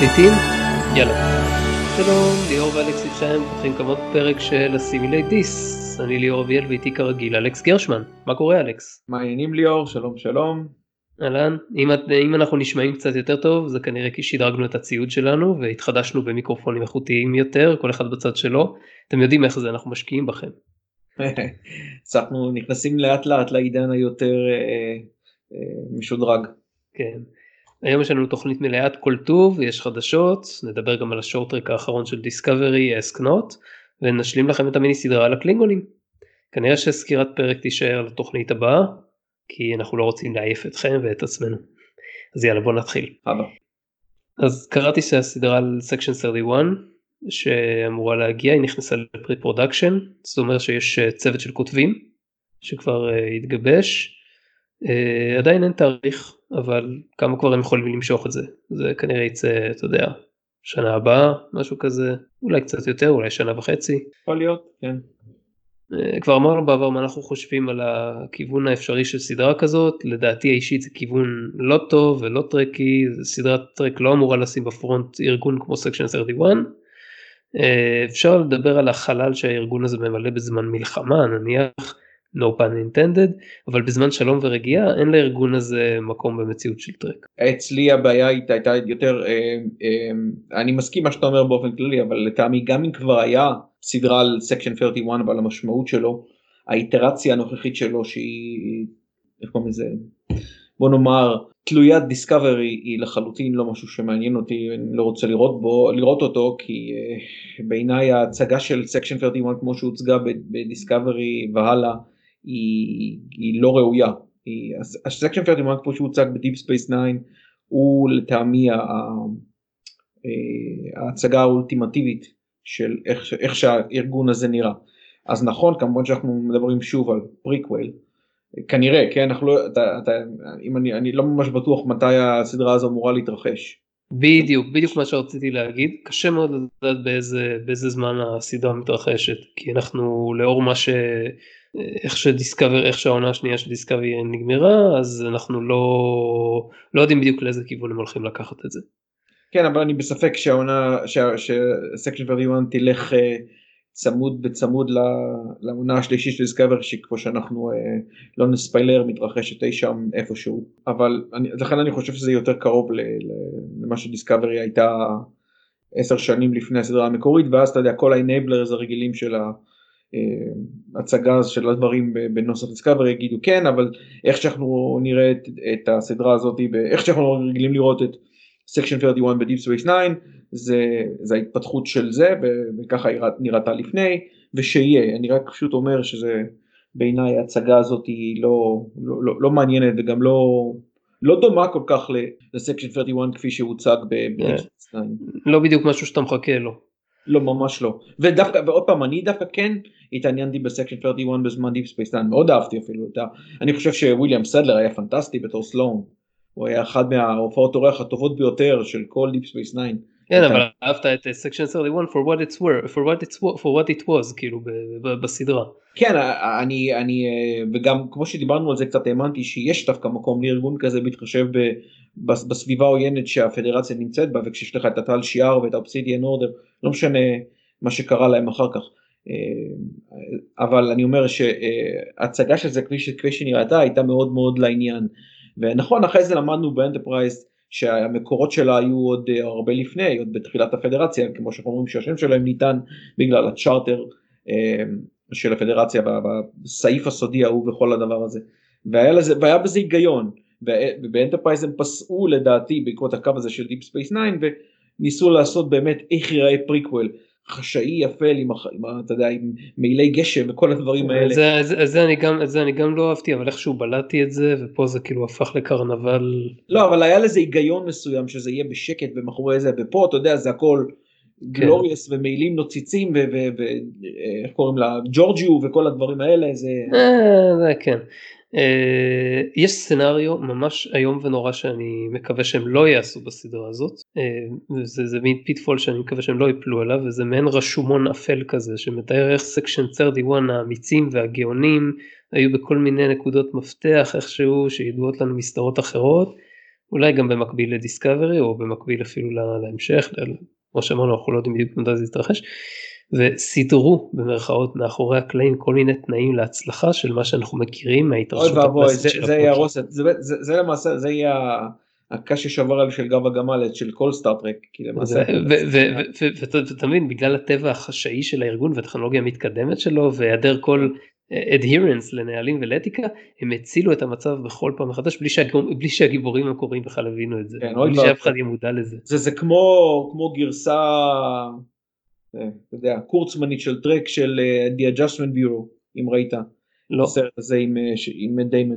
מקליטים? יאללה. שלום, ליאור ואלכס איתכם, פותחים כמות פרק של הסימילייט דיס. אני ליאור אביאל ואיתי כרגיל אלכס גרשמן. מה קורה אלכס? מה העניינים ליאור? שלום שלום. אהלן, אם אנחנו נשמעים קצת יותר טוב זה כנראה כי שדרגנו את הציוד שלנו והתחדשנו במיקרופונים איכותיים יותר, כל אחד בצד שלו. אתם יודעים איך זה, אנחנו משקיעים בכם. אנחנו נכנסים לאט לאט לעידן היותר משודרג. כן. היום יש לנו תוכנית מלאת כל טוב, יש חדשות, נדבר גם על השורטרק האחרון של דיסקאברי, אסקנוט, ונשלים לכם את המיני סדרה על הקלינגונים. כנראה שסקירת פרק תישאר לתוכנית הבאה, כי אנחנו לא רוצים להעיף אתכם ואת עצמנו. אז יאללה בוא נתחיל. אז קראתי שהסדרה על סקשן 31, שאמורה להגיע, היא נכנסה לפרי פרודקשן, זאת אומרת שיש צוות של כותבים, שכבר התגבש, עדיין אין תאריך, אבל כמה כבר הם יכולים למשוך את זה. זה כנראה יצא, אתה יודע, שנה הבאה, משהו כזה, אולי קצת יותר, אולי שנה וחצי. יכול להיות, כן. כבר אמרנו בעבר מה אנחנו חושבים על הכיוון האפשרי של סדרה כזאת, לדעתי האישית זה כיוון לא טוב ולא טרקי, סדרת טרק לא אמורה לשים בפרונט ארגון כמו סקשן 31, אפשר לדבר על החלל שהארגון הזה ממלא בזמן מלחמה, נניח, no pun intended, אבל בזמן שלום ורגיעה אין לארגון הזה מקום במציאות של טרק. אצלי הבעיה הייתה יותר, אני מסכים מה שאתה אומר באופן כללי, אבל לטעמי גם אם כבר היה סדרה על סקשן 31 ועל המשמעות שלו, האיטרציה הנוכחית שלו שהיא, איך קוראים לזה, בוא נאמר, תלוית דיסקאברי היא לחלוטין לא משהו שמעניין אותי, אני לא רוצה לראות אותו, כי בעיניי ההצגה של סקשן 31 כמו שהוצגה בדיסקאברי והלאה, היא לא ראויה. הסקשן 31 כמו שהוצג בדיפ ספייס 9 הוא לטעמי ההצגה האולטימטיבית של איך שהארגון הזה נראה. אז נכון, כמובן שאנחנו מדברים שוב על פריקוול, כנראה, כן, אני לא ממש בטוח מתי הסדרה הזו אמורה להתרחש. בדיוק מה שרציתי להגיד, קשה מאוד לדעת באיזה זמן הסדרה מתרחשת, כי אנחנו לאור מה איך שהעונה השנייה של דיסקאברי נגמרה, אז אנחנו לא יודעים בדיוק לאיזה כיוון הם הולכים לקחת את זה. כן, אבל אני בספק שסקשן 31 תלך צמוד בצמוד לעונה השלישית של דיסקאברי, שכמו שאנחנו לא נספיילר מתרחשת אי שם איפשהו, אבל לכן אני חושב שזה יותר קרוב למה שדיסקאברי הייתה 10 שנים לפני הסדרה המקורית, ואז אתה יודע כל האנבלרס הרגילים של ההצגה של הדברים בנוסח דיסקאברי יגידו כן, אבל איך שאנחנו נראה את הסדרה הזאת, איך שאנחנו רגילים לראות את סקשן 31 בדיפ ספייס 9, זה ההתפתחות של זה, וככה נראתה לפני, ושיהיה, אני רק פשוט אומר שזה בעיניי ההצגה הזאת היא לא מעניינת, וגם לא דומה כל כך לסקשן 31 כפי שהוצג בדיפ ספייס 9. לא בדיוק משהו שאתה מחכה לו. לא, ממש לא. ועוד פעם, אני דווקא כן התעניינתי בסקשן 31 בזמן דיפ ספייס 9, מאוד אהבתי אפילו אותה. אני חושב שוויליאם סדלר היה פנטסטי בתור סלון. הוא היה אחד מההופעות אורח הטובות ביותר של כל דיפ ספייס 9. כן, אבל אהבת את סקשן 31 for what it was, כאילו בסדרה. כן, אני וגם כמו שדיברנו על זה קצת האמנתי שיש דווקא מקום לארגון כזה מתחשב בסביבה עוינת שהפדרציה נמצאת בה, וכשיש לך את הטל שיער ואת האובסידיאן אורדר, לא משנה מה שקרה להם אחר כך. אבל אני אומר שההצגה של זה כפי שנראתה הייתה מאוד מאוד לעניין. ונכון, אחרי זה למדנו באנטרפרייז שהמקורות שלה היו עוד הרבה לפני, עוד בתחילת הפדרציה, כמו שאנחנו אומרים שהשם שלהם ניתן בגלל הצ'ארטר של הפדרציה, בסעיף הסודי ההוא וכל הדבר הזה. והיה בזה היגיון, ובאנטרפרייז הם פסעו לדעתי בעקבות הקו הזה של דיפ ספייס 9, וניסו לעשות באמת איך ייראה פריקוול, חשאי יפל עם מעילי גשם וכל הדברים האלה. זה אני גם לא אהבתי, אבל איכשהו בלעתי את זה, ופה זה כאילו הפך לקרנבל. לא, אבל היה לזה היגיון מסוים שזה יהיה בשקט ומאחורי זה, ופה אתה יודע זה הכל גלוריוס ומעילים נוציצים ואיך קוראים לה ג'ורג'יו וכל הדברים האלה. זה כן. יש סצנריו ממש היום ונורא שאני מקווה שהם לא יעשו בסדרה הזאת, זה מין פיטפול שאני מקווה שהם לא יפלו עליו, וזה מעין רשומון אפל כזה שמתאר איך סקשן 31 האמיצים והגאונים היו בכל מיני נקודות מפתח איכשהו שידועות לנו מסדרות אחרות, אולי גם במקביל לדיסקאברי או במקביל אפילו להמשך, כמו שאמרנו אנחנו לא יודעים בדיוק מתי זה יתרחש, וסידרו במרכאות מאחורי הקלעים כל מיני תנאים להצלחה של מה שאנחנו מכירים אוי מההתרחשות ואבוי, הקלאסית של זה יהיה הפרקים. הרוסת, זה למעשה, זה יהיה הקש ששבר על של גב הגמל של כל סטארטרק, כי למעשה ואתה מבין, בגלל הטבע החשאי של הארגון והטכנולוגיה המתקדמת שלו והיעדר כל adherence לנהלים ולאתיקה, הם הצילו את המצב בכל פעם מחדש בלי שהגיבורים המקוריים בכלל הבינו את זה, בלי שאף אחד יהיה מודע לזה. זה כמו גרסה, אתה יודע, קורצמנית של טרק של The Adjustment Bureau, אם ראית, לא. הסרט הזה עם דיימון.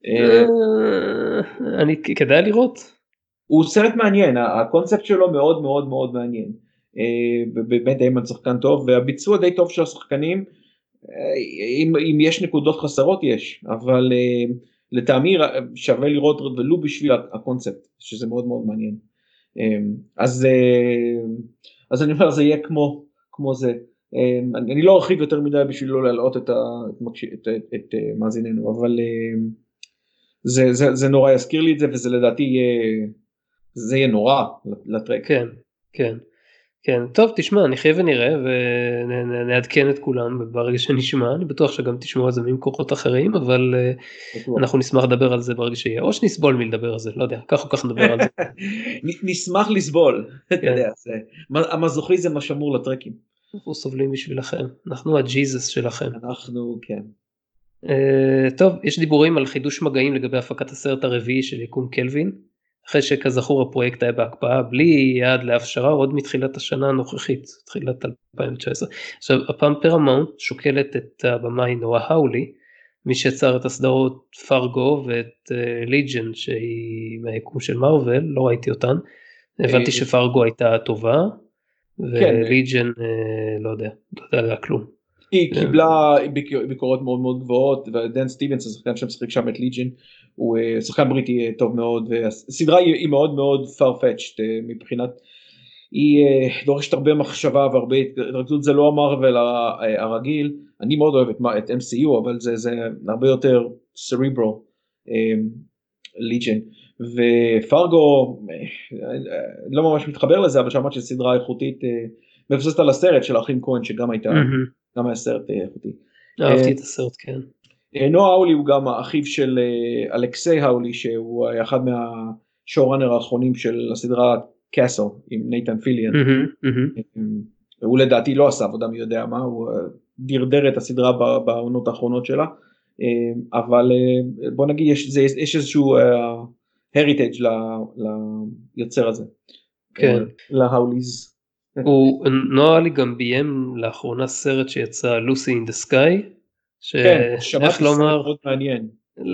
כדאי לראות. הוא סרט מעניין, הקונספט שלו מאוד מאוד מאוד מעניין. באמת דיימון שחקן טוב, והביצוע די טוב של השחקנים, אם יש נקודות חסרות יש, אבל לטעמי שווה לראות ולו בשביל הקונספט, שזה מאוד מאוד מעניין. אז אני אומר, זה יהיה כמו זה. אני לא ארחיב יותר מדי בשביל לא להלאות את מאזיננו, אבל זה נורא יזכיר לי את זה, וזה לדעתי זה יהיה נורא לטרק. כן, כן. כן, טוב תשמע, נחיה ונראה ונעדכן את כולם ברגע שנשמע, אני בטוח שגם תשמעו על זה ממקורות אחרים, אבל אנחנו נשמח לדבר על זה ברגע שיהיה, או שנסבול מלדבר על זה, לא יודע, כך או כך נדבר על זה. נשמח לסבול, אתה יודע, המזוכיזם השמור לטרקים. אנחנו סובלים בשבילכם, אנחנו הג'יזוס שלכם. אנחנו, כן. טוב, יש דיבורים על חידוש מגעים לגבי הפקת הסרט הרביעי של יקום קלווין, אחרי שכזכור הפרויקט היה בהקפאה בלי יעד להפשרה עוד מתחילת השנה הנוכחית, תחילת 2019. עכשיו הפעם פרמאונט שוקלת את הבמאי נועה האולי, מי שיצר את הסדרות פארגו ואת ליג'ן שהיא מהיקום של מארוול, לא ראיתי אותן, הבנתי שפארגו הייתה טובה, וליג'ן לא יודע עליה כלום. היא קיבלה ביקורות מאוד מאוד גבוהות, ודן סטיבנס, השחקן שמשחק שם את ליג'ן, הוא שחקן בריטי טוב מאוד, והסדרה היא מאוד מאוד farfetched מבחינת, היא דורשת הרבה מחשבה והרבה התרכזות, זה לא המרוול הרגיל, אני מאוד אוהב את MCU, אבל זה הרבה יותר cerebral, ליג'ן, ופארגו, לא ממש מתחבר לזה, אבל שמעת שסדרה איכותית, מבוססת על הסרט של האחים כהן, שגם הייתה, גם היה סרט איכותי. אהבתי את הסרט, כן. נועה האולי הוא גם האחיו של אלכסי האולי, שהוא אחד מהשואורנר האחרונים של הסדרה קאסל, עם נייתן פיליאן. הוא לדעתי לא עשה עבודה מי יודע מה, הוא דרדר את הסדרה בעונות האחרונות שלה, אבל בוא נגיד יש איזשהו heritage ליוצר הזה, להאוליז. נועה לי גם ביים לאחרונה סרט שיצא לוסי אין דה סקאי, כן, שמעתי סרט מאוד מעניין.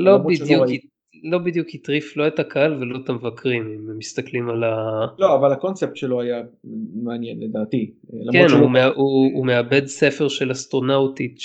לא בדיוק הטריף לא את הקהל ולא את המבקרים, אם הם מסתכלים על לא, אבל הקונספט שלו היה מעניין לדעתי. כן, הוא מאבד ספר של אסטרונאוטית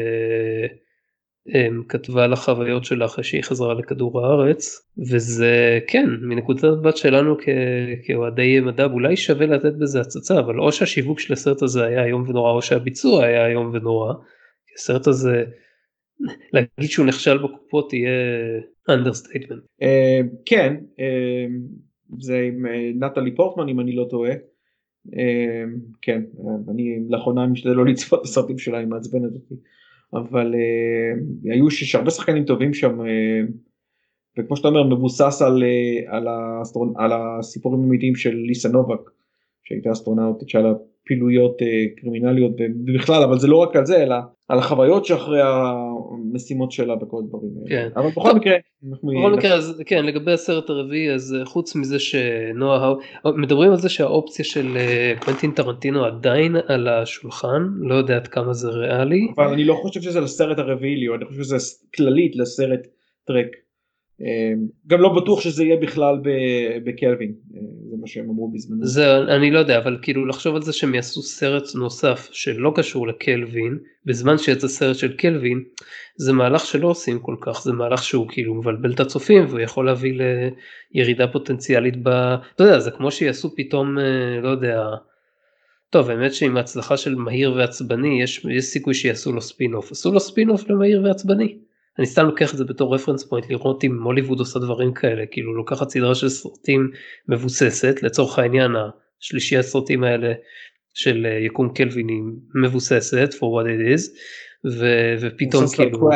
כתבה על החוויות שלה אחרי שהיא חזרה לכדור הארץ, וזה כן, מנקודת מבט שלנו כאוהדי מדע, אולי שווה לתת בזה הצצה, אבל או שהשיווק של הסרט הזה היה איום ונורא, או שהביצוע היה איום ונורא, כי הסרט הזה, להגיד שהוא נכשל בקופות יהיה understatement. כן, זה עם נטלי פורטמן אם אני לא טועה, כן, אני לאחרונה משתדל לא לצפות בסרטים שלה, היא מעצבנת אותי. אבל היו הרבה שחקנים טובים שם, וכמו שאתה אומר, מבוסס על הסיפורים האמיתיים של ליסה נובק, שהייתה אסטרונאוטית, שהיה לה פעילויות קרימינליות ובכלל, אבל זה לא רק על זה, אלא על החוויות שאחרי המשימות שלה בכל דברים. כן. אבל בכל מקרה, אז כן, לגבי הסרט הרביעי, אז חוץ מזה שנועה, מדברים על זה שהאופציה של קוונטין טרנטינו עדיין על השולחן, לא יודע עד כמה זה ריאלי. אבל אני לא חושב שזה לסרט הרביעי לי, אני חושב שזה כללית לסרט טרק. גם לא בטוח שזה יהיה בכלל בקלווין, זה מה שהם אמרו בזמנו. אני לא יודע, אבל כאילו לחשוב על זה שהם יעשו סרט נוסף שלא קשור לקלווין, בזמן שיצא סרט של קלווין, זה מהלך שלא עושים כל כך, זה מהלך שהוא כאילו מבלבל את הצופים, והוא יכול להביא לירידה פוטנציאלית אתה יודע, זה כמו שיעשו פתאום, לא יודע, טוב, האמת שעם ההצלחה של מהיר ועצבני, יש סיכוי שיעשו לו ספין-אוף, עשו לו ספין-אוף למהיר ועצבני. אני סתם לוקח את זה בתור רפרנס פוינט לראות אם הוליווד עושה דברים כאלה, כאילו לוקחת סדרה של סרטים מבוססת, לצורך העניין השלישי הסרטים האלה של יקום קלווינים מבוססת for what it is, ופתאום כאילו,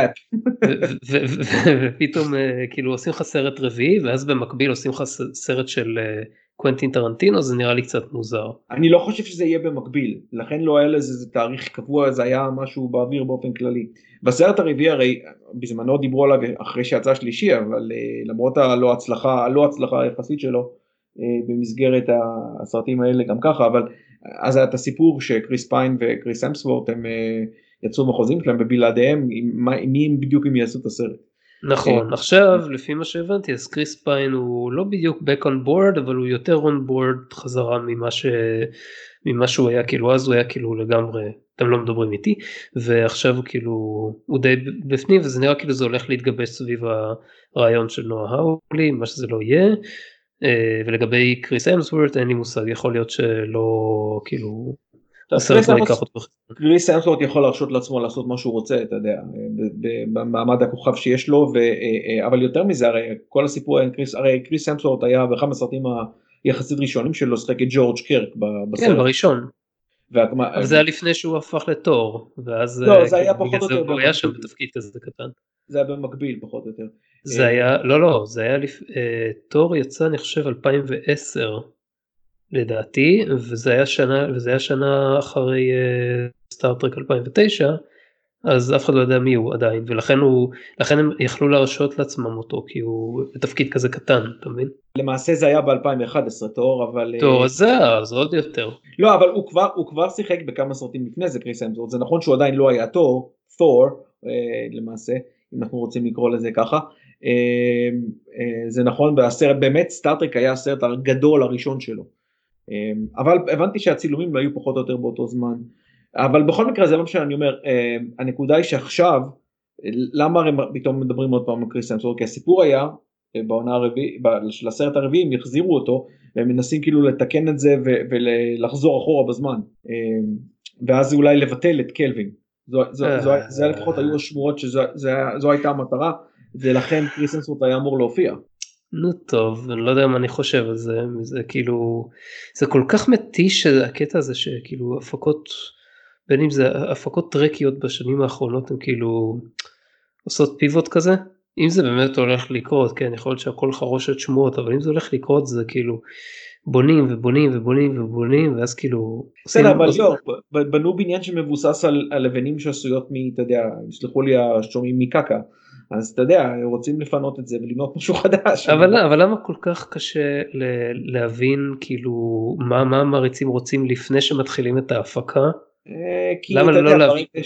ופתאום כאילו עושים לך סרט רביעי, ואז במקביל עושים לך סרט של קוונטין טרנטינו, זה נראה לי קצת מוזר. אני לא חושב שזה יהיה במקביל, לכן לא היה לזה תאריך קבוע, זה היה משהו באוויר באופן כללי. בסרט הרביעי הרי בזמנו דיברו עליו אחרי שיצא שלישי, אבל למרות הלא הצלחה היחסית שלו במסגרת הסרטים האלה גם ככה, אבל אז היה את הסיפור שקריס פיין וקריס המסוורט הם יצאו מחוזים שלהם ובלעדיהם, מי הם בדיוק אם יעשו את הסרט. נכון, עכשיו לפי מה שהבנתי אז קריס פיין הוא לא בדיוק back on board, אבל הוא יותר on board חזרה ממה שהוא היה, כאילו אז הוא היה כאילו לגמרי, אתם לא מדברים איתי, ועכשיו הוא כאילו, הוא די בפנים, וזה נראה כאילו זה הולך להתגבש סביב הרעיון של נועה האולי, מה שזה לא יהיה, ולגבי קריס המסוורט אין לי מושג, יכול להיות שלא, כאילו, קריס המסוורט יכול להרשות לעצמו לעשות מה שהוא רוצה, אתה יודע, במעמד הכוכב שיש לו, אבל יותר מזה, הרי כל הסיפור, הרי קריס המסוורט היה בכמה סרטים היחסית ראשונים שלו, שחק את ג'ורג' קירק בסרט. כן, בראשון. אבל זה היה לפני שהוא הפך לתור, ואז לא, זה היה פחות או יותר, הוא היה שם בתפקיד כזה קטן. זה היה במקביל פחות או יותר. זה היה, לא, זה היה, תור יצא אני חושב 2010 לדעתי, וזה היה שנה אחרי סטארטרק 2009, אז אף אחד לא יודע מי הוא עדיין, ולכן הם יכלו להרשות לעצמם אותו, כי הוא בתפקיד כזה קטן, אתה מבין? למעשה זה היה ב-2011 תור, אבל... תור, אז זה עוד יותר. לא, אבל הוא כבר שיחק בכמה סרטים לפני זה, קריס המסוורט, זה נכון שהוא עדיין לא היה תור, למעשה, אם אנחנו רוצים לקרוא לזה ככה, זה נכון, בסרט, באמת סטארטרק היה הסרט הגדול הראשון שלו, אבל הבנתי שהצילומים היו פחות או יותר באותו זמן, אבל בכל מקרה זה לא משנה, אני אומר, הנקודה היא שעכשיו, למה הם פתאום מדברים עוד פעם על קריס המסוורט, כי הסיפור היה, בעונה הרביעית, של הסרט הרביעי, הם יחזירו אותו, והם מנסים כאילו לתקן את זה, ולחזור אחורה בזמן, ואז אולי לבטל את קלווין, זה לפחות היו השמועות שזו הייתה המטרה, ולכן קריס המסוורט היה אמור להופיע. נו טוב, אני לא יודע מה אני חושב על זה, זה כאילו, זה כל כך מתיש הקטע הזה שכאילו הפקות, בין אם זה הפקות טרקיות בשנים האחרונות, הן כאילו עושות פיבוט כזה, אם זה באמת הולך לקרות, כן, יכול להיות שהכל חרושת שמועות, אבל אם זה הולך לקרות זה כאילו בונים ובונים ובונים ובונים, ואז כאילו... בסדר, אבל לא, בנו בניין שמבוסס על לבנים שעשויות אתה יודע, יסלחו לי השומעים מקקה, אז אתה יודע, רוצים לפנות את זה ולבנות משהו חדש. אבל למה כל כך קשה להבין כאילו מה המריצים רוצים לפני שמתחילים את ההפקה? כי אתה יודע,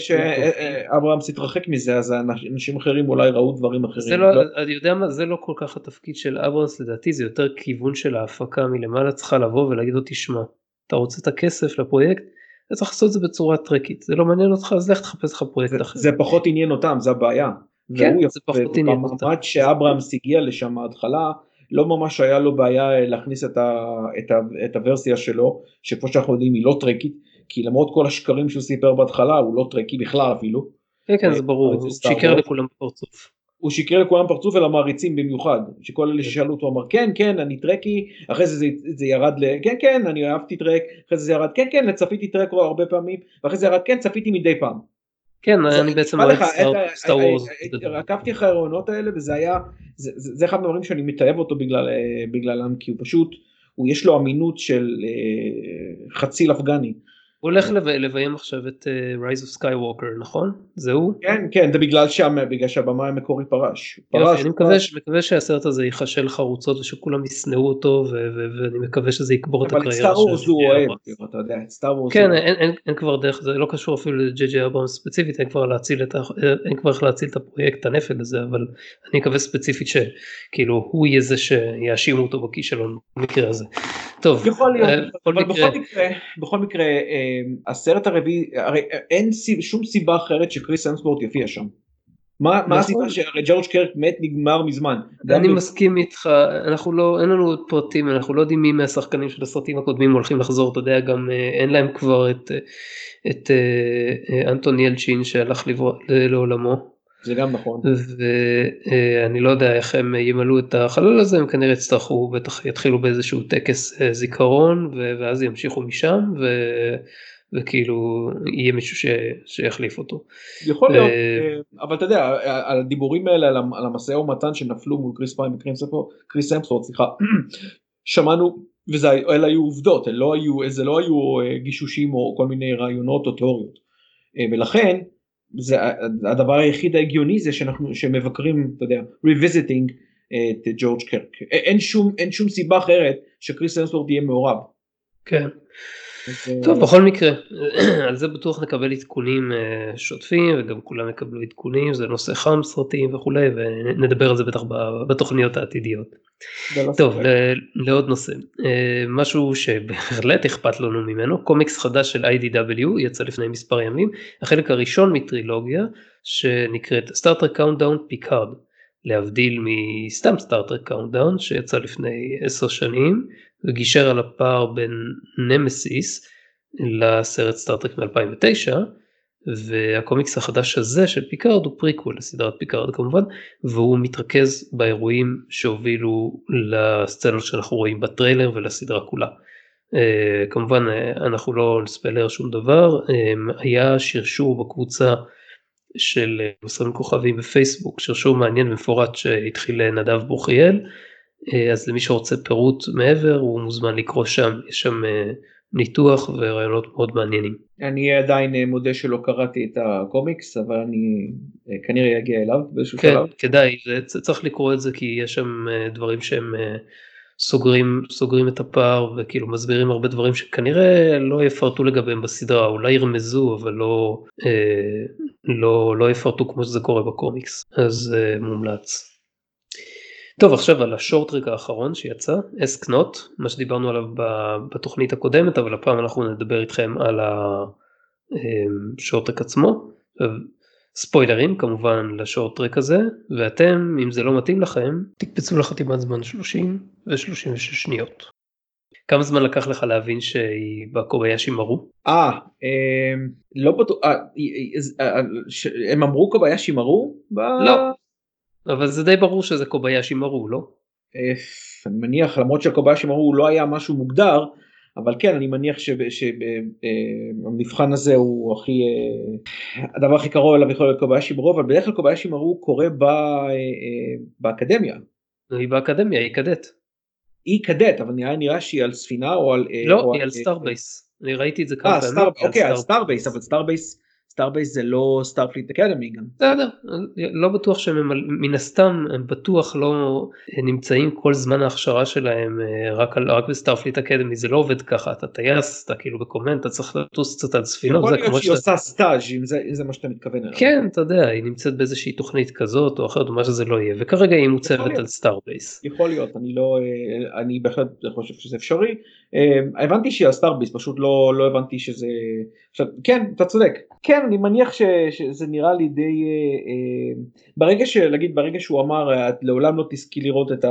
שאברהמס התרחק מזה, אז אנשים אחרים אולי ראו דברים אחרים. אני יודע מה, זה לא כל כך התפקיד של אברהמס, לדעתי זה יותר כיוון של ההפקה מלמעלה, צריכה לבוא ולהגיד לו תשמע, אתה רוצה את הכסף לפרויקט? אתה צריך לעשות את זה בצורה טרקית, זה לא מעניין אותך, אז לך תחפש לך פרויקט אחר. זה פחות עניין אותם, זה הבעיה. כן, זה פחות עניין אותם. במעמד שאברהמס הגיע לשם ההתחלה, לא ממש היה לו בעיה להכניס את הוורסיה שלו, שכמו שאנחנו יודעים היא לא טרקית, כי למרות כל השקרים שהוא סיפר בהתחלה, הוא לא טרקי בכלל אפילו. כן, זה ברור, הוא שיקר לכולם פרצוף. הוא שיקר לכולם פרצוף ולמעריצים במיוחד, שכל אלה ששאלו אותו אמר, כן, אני טרקי, אחרי זה ירד כן, אני אהבתי טרק, אחרי זה ירד, כן, צפיתי טרק הרבה פעמים, ואחרי זה ירד, כן, צפיתי מדי פעם. כן, אני בעצם אוהב סטאר וורס. עקבתי אחרי הרעיונות האלה, וזה היה, זה אחד מהדברים שאני מתאהב אותו בגללם, כי הוא פשוט, יש לו אמינות של חציל אפגני. הוא הולך לביים עכשיו את Rise of Skywalker, נכון? זהו? כן, זה בגלל שהבמה המקורי פרש. אני מקווה שהסרט הזה ייחשל חרוצות ושכולם יסנאו אותו, ואני מקווה שזה יקבור את הקריירה. אבל סטאר וורס הוא אוהב, אתה יודע, סטאר וורס. כן, אין כבר דרך, זה לא קשור אפילו לג'יי ג'יי אברהמס ספציפית, אין כבר איך להציל את הפרויקט הנפל הזה, אבל אני מקווה ספציפית שכאילו הוא יהיה זה שיאשימו אותו בכישלון במקרה הזה. טוב, יכול להיות, אבל בכל מקרה, הסרט הרביעי, הרי אין שום סיבה אחרת שקריס המסוורט יופיע שם. מה הסיבה שהרי ג'ורג' קירק מת נגמר מזמן? אני מסכים איתך, אין לנו עוד פרטים, אנחנו לא יודעים מי מהשחקנים של הסרטים הקודמים הולכים לחזור, אתה יודע, גם אין להם כבר את אנטון ילצ'ין שהלך לעולמו. זה גם נכון. ואני לא יודע איך הם ימלאו את החלל הזה, הם כנראה יצטרכו, בטח יתחילו באיזשהו טקס זיכרון, ואז ימשיכו משם, וכאילו יהיה מישהו שיחליף אותו. יכול להיות, אבל אתה יודע, על הדיבורים האלה, על המשא ומתן שנפלו מול קריס פיין וקריס המסוורת', סליחה, שמענו, ואלה היו עובדות, זה לא היו גישושים או כל מיני רעיונות או תיאוריות, ולכן, הדבר היחיד ההגיוני זה שמבקרים, אתה יודע, revisiting את ג'ורג' קרק, אין שום סיבה אחרת שקריס המסוורת' יהיה מעורב. כן. טוב, בכל מקרה, על זה בטוח נקבל עדכונים שוטפים, וגם כולם יקבלו עדכונים, זה נושא חם, סרטים וכולי, ונדבר על זה בטח בתוכניות העתידיות. טוב, לעוד נושא, משהו שבהחלט אכפת לנו ממנו, קומיקס חדש של IDW, יצא לפני מספר ימים, החלק הראשון מטרילוגיה, שנקראת Star Trek Countdown Picard, להבדיל מסתם Star Trek Countdown, שיצא לפני 10 שנים, וגישר על הפער בין נמסיס לסרט סטארטרק מ-2009, והקומיקס החדש הזה של פיקארד הוא פריקוול לסדרת פיקארד כמובן, והוא מתרכז באירועים שהובילו לסצנות שאנחנו רואים בטריילר ולסדרה כולה. כמובן אנחנו לא נספלר שום דבר, היה שרשור בקבוצה של משרדים כוכבים בפייסבוק, שרשור מעניין ומפורט שהתחיל נדב בוכיאל, אז למי שרוצה פירוט מעבר הוא מוזמן לקרוא שם, יש שם ניתוח ורעיונות מאוד מעניינים. אני עדיין מודה שלא קראתי את הקומיקס, אבל אני כנראה אגיע אליו באיזשהו כן, שלב. כדאי, צריך לקרוא את זה כי יש שם דברים שהם סוגרים את הפער וכאילו מסבירים הרבה דברים שכנראה לא יפרטו לגביהם בסדרה, אולי ירמזו אבל לא יפרטו כמו שזה קורה בקומיקס, אז מומלץ. טוב, עכשיו על השורטרק האחרון שיצא, אסקנוט, מה שדיברנו עליו בתוכנית הקודמת, אבל הפעם אנחנו נדבר איתכם על השורטרק עצמו, ספוילרים כמובן לשורטרק הזה, ואתם, אם זה לא מתאים לכם, תקפצו לחתימת זמן 30 ו-36 שניות. כמה זמן לקח לך להבין שהיא בקוביישי מרו? לא בטוח, הם אמרו קוביישי מרו? לא. אבל זה די ברור שזה קוביישי מרו, לא? אני מניח, למרות שקוביישי מרו לא היה משהו מוגדר, אבל כן, אני מניח שהמבחן הזה הוא הדבר הכי קרוב אליו יכול להיות קוביישי מרו, אבל בדרך כלל קוביישי מרו קורה באקדמיה. היא באקדמיה, היא קדט. היא קדט, אבל נראה שהיא על ספינה או על... לא, היא על סטארבייס. אני ראיתי את זה כמה פעמים. אוקיי, על סטארבייס, אבל סטארבייס זה לא סטארפליט אקדמי גם. בסדר, לא בטוח שהם מן הסתם, הם בטוח לא נמצאים כל זמן ההכשרה שלהם רק בסטארפליט אקדמי, זה לא עובד ככה, אתה טייס, אתה כאילו בקומנט, אתה צריך לטוס קצת על ספינות. יכול להיות שהיא עושה סטאז' אם זה מה שאתה מתכוון אליו. כן, אתה יודע, היא נמצאת באיזושהי תוכנית כזאת או אחרת, או מה שזה לא יהיה, וכרגע היא מוצבת על סטארבייס. יכול להיות, אני בהחלט חושב שזה אפשרי, הבנתי שהיא על סטארבייס, פשוט לא הבנתי שזה, כן, אתה צודק, כן, אני מניח שזה נראה לי די, ברגע שהוא אמר, לעולם לא תזכי לראות את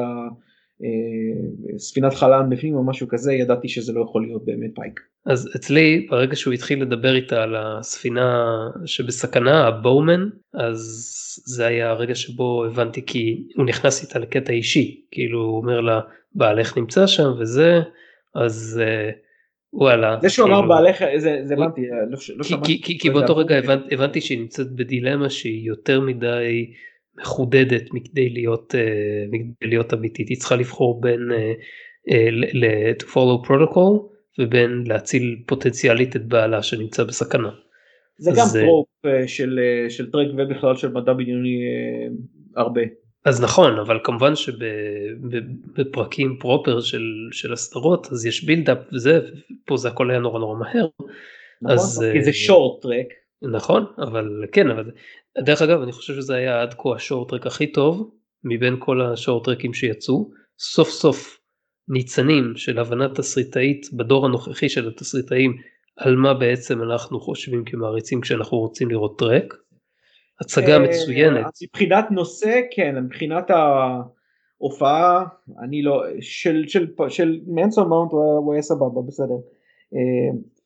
ספינת חלן בפנים או משהו כזה, ידעתי שזה לא יכול להיות באמת פייק. אז אצלי, ברגע שהוא התחיל לדבר איתה על הספינה שבסכנה, הבואומן, אז זה היה הרגע שבו הבנתי כי הוא נכנס איתה לקטע אישי, כאילו הוא אומר לה, בעלך נמצא שם וזה, אז וואלה. זה שהוא אמר בעלך, זה הבנתי, לא שמעתי. כי באותו רגע הבנתי שהיא נמצאת בדילמה שהיא יותר מדי מחודדת מכדי להיות אמיתית, היא צריכה לבחור בין to follow protocol ובין להציל פוטנציאלית את בעלה שנמצא בסכנה. זה גם טרופ של טרק ובכלל של מדע בדיוני הרבה. אז נכון, אבל כמובן שבפרקים פרופר של הסדרות אז יש בילדאפ וזה, פה זה הכל היה נורא נורא מהר. נכון, כי זה שורט טרק. נכון, אבל כן, אבל דרך אגב אני חושב שזה היה עד כה השורט טרק הכי טוב מבין כל השורט טרקים שיצאו, סוף סוף ניצנים של הבנת תסריטאית בדור הנוכחי של התסריטאים על מה בעצם אנחנו חושבים כמעריצים כשאנחנו רוצים לראות טרק. הצגה מצוינת. מבחינת נושא, כן, מבחינת ההופעה, אני לא, של מנסון מאונט הוא היה סבבה, בסדר.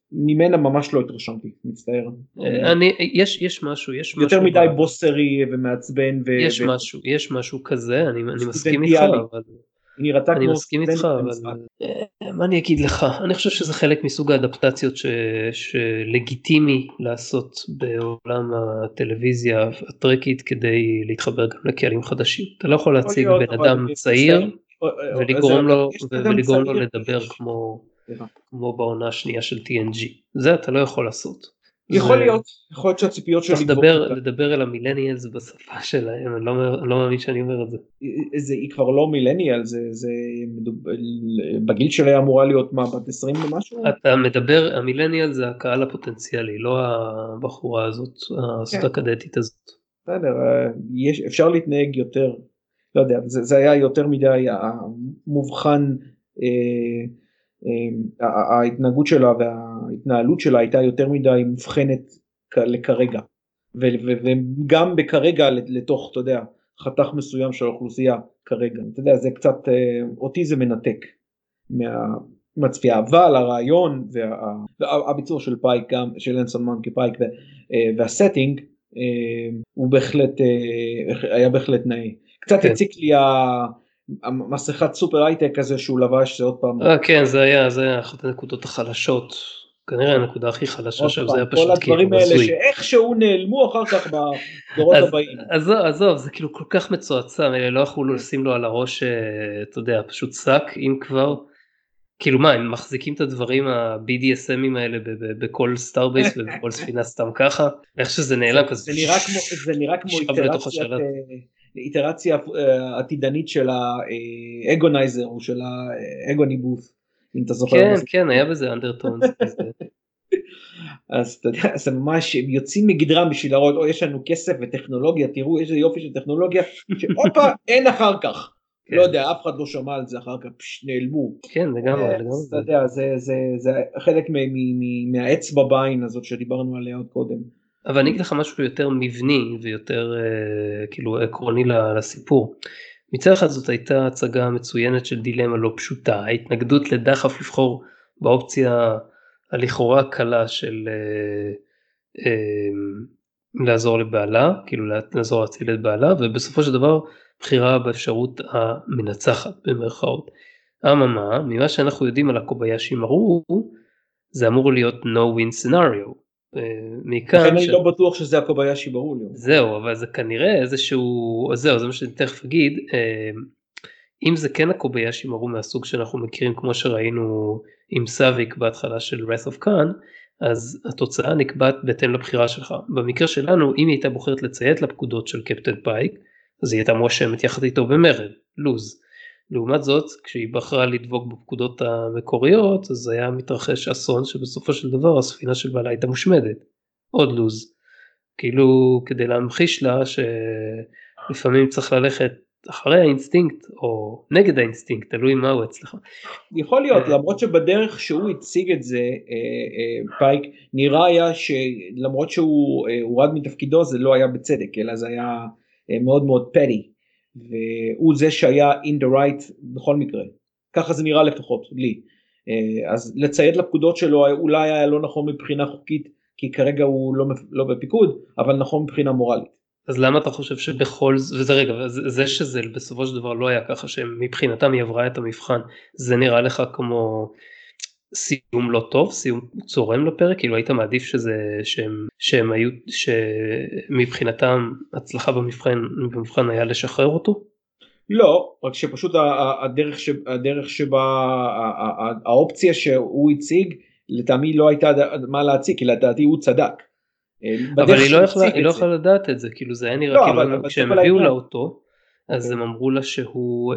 ממנה ממש לא התרשמתי, מצטער. יש משהו יותר מדי בוסרי ומעצבן יש משהו כזה, אני מסכים איתך, סטודנטיאלי. אבל היא נראתה אני כמו מסכים איתך, אבל מה אני אגיד לך, אני חושב שזה חלק מסוג האדפטציות שלגיטימי לעשות בעולם הטלוויזיה הטרקית כדי להתחבר גם לקהלים חדשים. אתה לא יכול להציג בן אדם צעיר ולגרום לו לדבר כמו בעונה השנייה של TNG, זה אתה לא יכול לעשות. יכול להיות שהציפיות שלי צריך לדבר אל המילניאלס בשפה שלהם, אני לא מאמין שאני אומר את זה. היא כבר לא מילניאל, זה בגיל שלה אמורה להיות מה, בת 20 ומשהו? אתה מדבר, המילניאל זה הקהל הפוטנציאלי, לא הבחורה הזאת, הסטודנטית הזאת. בסדר, אפשר להתנהג יותר, לא יודע, זה היה יותר מדי מובחן, ההתנהגות שלה וההתנהלות שלה הייתה יותר מדי מובחנת לכרגע, וגם בכרגע לתוך, אתה יודע, חתך מסוים של האוכלוסייה כרגע, אתה יודע, זה קצת, אותי זה מנתק מהצפייה, אבל הרעיון והביצוע של פייק, גם של אנסון מן כפייק והסטינג, הוא בהחלט, היה בהחלט נאה, קצת הציק לי המסכת סופר הייטק הזה שהוא לבש, זה עוד פעם. כן, זה היה אחת הנקודות החלשות, כנראה הנקודה הכי חלשה שם, זה היה פשוט כל הדברים האלה שאיכשהו נעלמו אחר כך בדורות הבאים. עזוב, זה כאילו כל כך מצועצע, לא יכולו לשים לו על הראש, אתה יודע, פשוט שק, אם כבר, כאילו מה, הם מחזיקים את הדברים ה-BDSMים האלה בכל סטארבייס ובכל ספינה סתם ככה, איך שזה נעלם כזה. זה נראה כמו איטרציה עתידנית של האגונייזר או של האגוניבוס, אם אתה זוכר. כן, היה בזה אנדרטון. אז אתה יודע, זה ממש, הם יוצאים מגדרם בשביל להראות, יש לנו כסף וטכנולוגיה, תראו איזה יופי של טכנולוגיה, שאופה, אין אחר כך. לא יודע, אף אחד לא שמע על זה אחר כך, נעלמו. כן, לגמרי. אתה יודע, זה חלק מהאצבע בעין הזאת שדיברנו עליה עוד קודם. אבל אני אגיד לך משהו יותר מבני ויותר כאילו עקרוני לסיפור. מצד אחד זאת הייתה הצגה מצוינת של דילמה לא פשוטה, ההתנגדות לדחף לבחור באופציה הלכאורה קלה של לעזור לבעלה, כאילו לעזור להציל את בעלה, ובסופו של דבר בחירה באפשרות המנצחת במרכאות. אממה, ממה שאנחנו יודעים על הקוביישי מרו, זה אמור להיות no win scenario. לכן אני לא בטוח שזה הקוביישי ברור לי. זהו, אבל זה כנראה איזשהו, זהו, זה מה שאני תכף אגיד, אם זה כן הקוביישי מרו מהסוג שאנחנו מכירים, כמו שראינו עם סאביק בהתחלה של Wrath of Khan, אז התוצאה נקבעת בהתאם לבחירה שלך. במקרה שלנו, אם היא הייתה בוחרת לציית לפקודות של קפטן פייק, אז היא הייתה מואשמת יחד איתו במרד, לוז. לעומת זאת, כשהיא בחרה לדבוק בפקודות המקוריות, אז היה מתרחש אסון שבסופו של דבר הספינה של בעלה הייתה מושמדת. עוד לוז. כאילו כדי להמחיש לה שלפעמים צריך ללכת אחרי האינסטינקט או נגד האינסטינקט, תלוי מה הוא אצלך. יכול להיות, למרות שבדרך שהוא הציג את זה, פייק, נראה היה שלמרות שהוא הורד מתפקידו זה לא היה בצדק, אלא זה היה מאוד מאוד פטי. והוא זה שהיה in the right בכל מקרה, ככה זה נראה לפחות לי, אז לציית לפקודות שלו אולי היה לא נכון מבחינה חוקית, כי כרגע הוא לא בפיקוד, אבל נכון מבחינה מורלית. אז למה אתה חושב שבכל זה רגע, זה שזה בסופו של דבר לא היה ככה, שמבחינתם היא עברה את המבחן, זה נראה לך כמו סיום לא טוב, סיום צורם לפרק, כאילו היית מעדיף שהם היו, שמבחינתם הצלחה במבחן היה לשחרר אותו? לא, רק שפשוט הדרך שבה האופציה שהוא הציג, לטעמי לא הייתה מה להציג, כי לדעתי הוא צדק. אבל היא לא יכלה לדעת את זה, כאילו זה היה נראה כאילו כשהם הביאו לה אותו, אז הם אמרו לה שהוא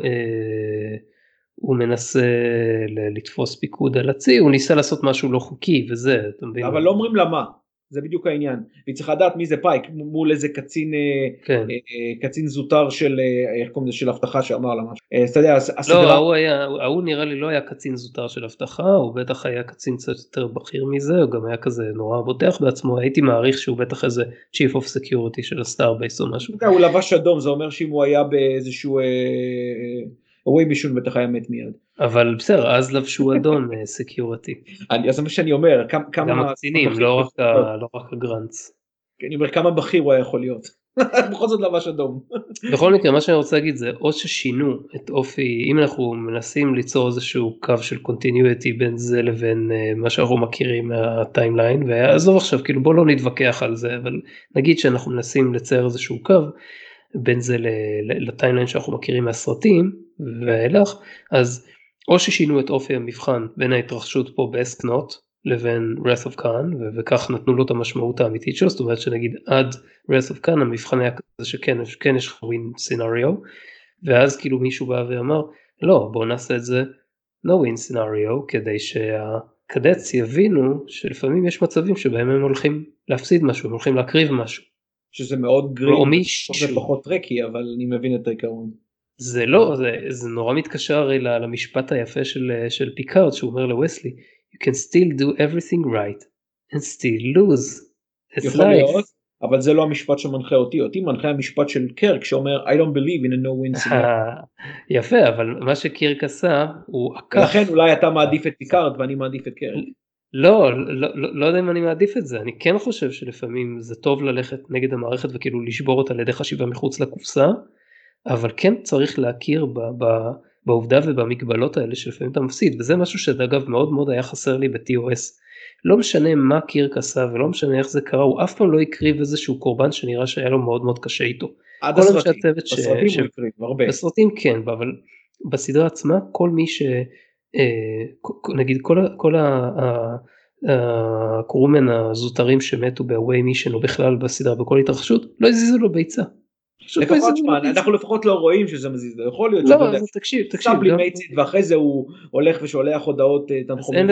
מנסה לתפוס פיקוד על הצי, הוא ניסה לעשות משהו לא חוקי וזה, אתה מבין? אבל לא אומרים לה מה, זה בדיוק העניין, והיא צריכה לדעת מי זה פייק, מול איזה קצין זוטר של, איך קוראים לזה, של הבטחה שאמר לה משהו. אתה יודע, לא, הוא נראה לי לא היה קצין זוטר של הבטחה, הוא בטח היה קצין קצת יותר בכיר מזה, הוא גם היה כזה נורא בוטח בעצמו, הייתי מעריך שהוא בטח איזה Chief of Security של הסטארבייס או משהו. הוא לבש אדום, זה אומר שאם הוא היה באיזשהו, הווי מישון בטח היה מת מיד. אבל בסדר, אז לבשו אדון סקיורטי. אז זה מה שאני אומר, גם כמה הקצינים, בכיר לא הוא יכול להיות. רק הגרנץ. אני אומר כמה בכיר הוא היה יכול להיות. בכל זאת לבש אדום. בכל מקרה, מה שאני רוצה להגיד זה, או ששינו את אופי, אם אנחנו מנסים ליצור איזשהו קו של קונטיניויטי בין זה לבין מה שאנחנו מכירים מהטיימליין, ועזוב עכשיו, כאילו בוא לא נתווכח על זה, אבל נגיד שאנחנו מנסים לצייר איזשהו קו, בין זה לטיימליין שאנחנו מכירים מהסרטים, ואילך, אז או ששינו את אופי המבחן בין ההתרחשות פה באסקנוט, לבין Wrath of Khan, וכך נתנו לו את המשמעות האמיתית שלו, זאת אומרת שנגיד עד Wrath of Khan המבחן היה כזה שכן יש לך win scenario, ואז כאילו מישהו בא ואמר, לא בוא נעשה את זה no win scenario, כדי שהקדץ יבינו שלפעמים יש מצבים שבהם הם הולכים להפסיד משהו, הם הולכים להקריב משהו. שזה מאוד גריד, זה פחות טרקי, אבל אני מבין את העיקרון. זה לא, זה נורא מתקשר הרי למשפט היפה של פיקארד, שהוא אומר לווסלי, you can still do everything right and still lose. יכול להיות, אבל זה לא המשפט שמנחה אותי, אותי מנחה המשפט של קרק שאומר I don't believe in a no win scenario. יפה, אבל מה שקירק עשה הוא עקף. לכן אולי אתה מעדיף את פיקארד ואני מעדיף את קרק. לא יודע אם אני מעדיף את זה, אני כן חושב שלפעמים זה טוב ללכת נגד המערכת וכאילו לשבור אותה על ידי חשיבה מחוץ לקופסה, אבל כן צריך להכיר בעובדה ובמגבלות האלה שלפעמים אתה מפסיד, וזה משהו שאגב מאוד מאוד היה חסר לי ב-TOS. לא משנה מה קירק עשה ולא משנה איך זה קרה, הוא אף פעם לא הקריב איזשהו קורבן שנראה שהיה לו מאוד מאוד קשה איתו. עד הסרטים, בסרטים הוא הקריב הרבה. בסרטים כן, אבל בסדרה עצמה כל מי ש... נגיד כל הקרומן הזוטרים שמתו ב-Away Mission או בכלל בסדרה בכל התרחשות, לא הזיזו לו ביצה. אנחנו לפחות לא רואים שזה מזיז, זה יכול להיות לא, אז תקשיב, ואחרי זה הוא הולך ושולח הודעות תנחומים.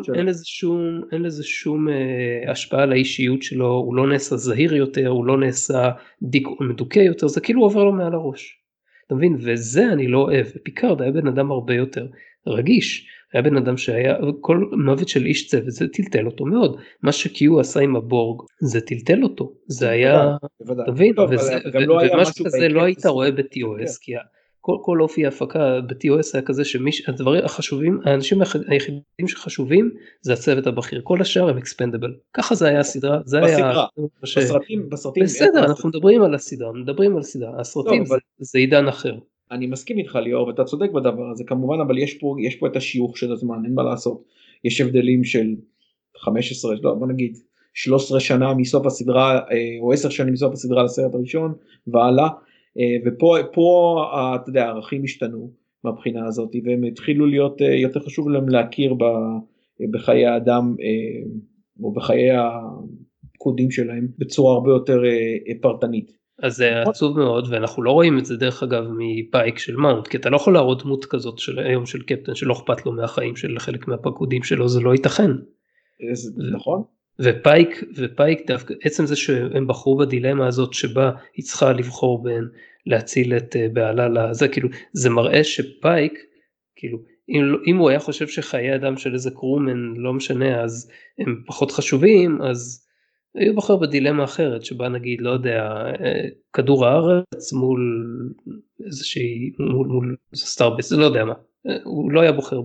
אין לזה שום השפעה על האישיות שלו, הוא לא נעשה זהיר יותר, הוא לא נעשה מדוכא יותר, זה כאילו עובר לו מעל הראש. אתה מבין? וזה אני לא אוהב. פיקארד היה בן אדם הרבה יותר רגיש, היה בן אדם שהיה, כל מוות של איש צוות זה טלטל אותו מאוד, מה שקיו עשה עם הבורג זה טלטל אותו, זה היה, אתה מבין? ומשהו כזה לא היית רואה ב-TOS, כי כל אופי ההפקה ב-TOS היה כזה שהדברים החשובים, האנשים היחידים שחשובים זה הצוות הבכיר, כל השאר הם אקספנדבל, ככה זה היה הסדרה, זה היה בסרטים, בסדר, אנחנו מדברים על הסדרה, הסרטים זה עידן אחר. אני מסכים איתך ליאור ואתה צודק בדבר הזה כמובן, אבל יש פה את השיוך של הזמן, אין מה לעשות, יש הבדלים של 15, לא, בוא נגיד 13 שנה מסוף הסדרה או 10 שנים מסוף הסדרה לסרט הראשון והלאה, ופה אתה יודע, הערכים השתנו מהבחינה הזאת והם התחילו להיות יותר חשוב להם להכיר בחיי האדם או בחיי הפקודים שלהם בצורה הרבה יותר פרטנית. אז זה עצוב מאוד, ואנחנו לא רואים את זה דרך אגב מפייק של מאונט, כי אתה לא יכול להראות דמות כזאת של היום של קפטן שלא אכפת לו מהחיים של חלק מהפקודים שלו, זה לא ייתכן. נכון. ופייק דווקא, עצם זה שהם בחרו בדילמה הזאת שבה היא צריכה לבחור בין להציל את בעלה לזה, כאילו זה מראה שפייק, כאילו אם הוא היה חושב שחיי אדם של איזה קרומן לא משנה, אז הם פחות חשובים, אז היו בוחר בדילמה אחרת, שבה נגיד, לא יודע, כדור הארץ מול איזושהי, מול סטארבייס, לא יודע מה, הוא לא היה בוחר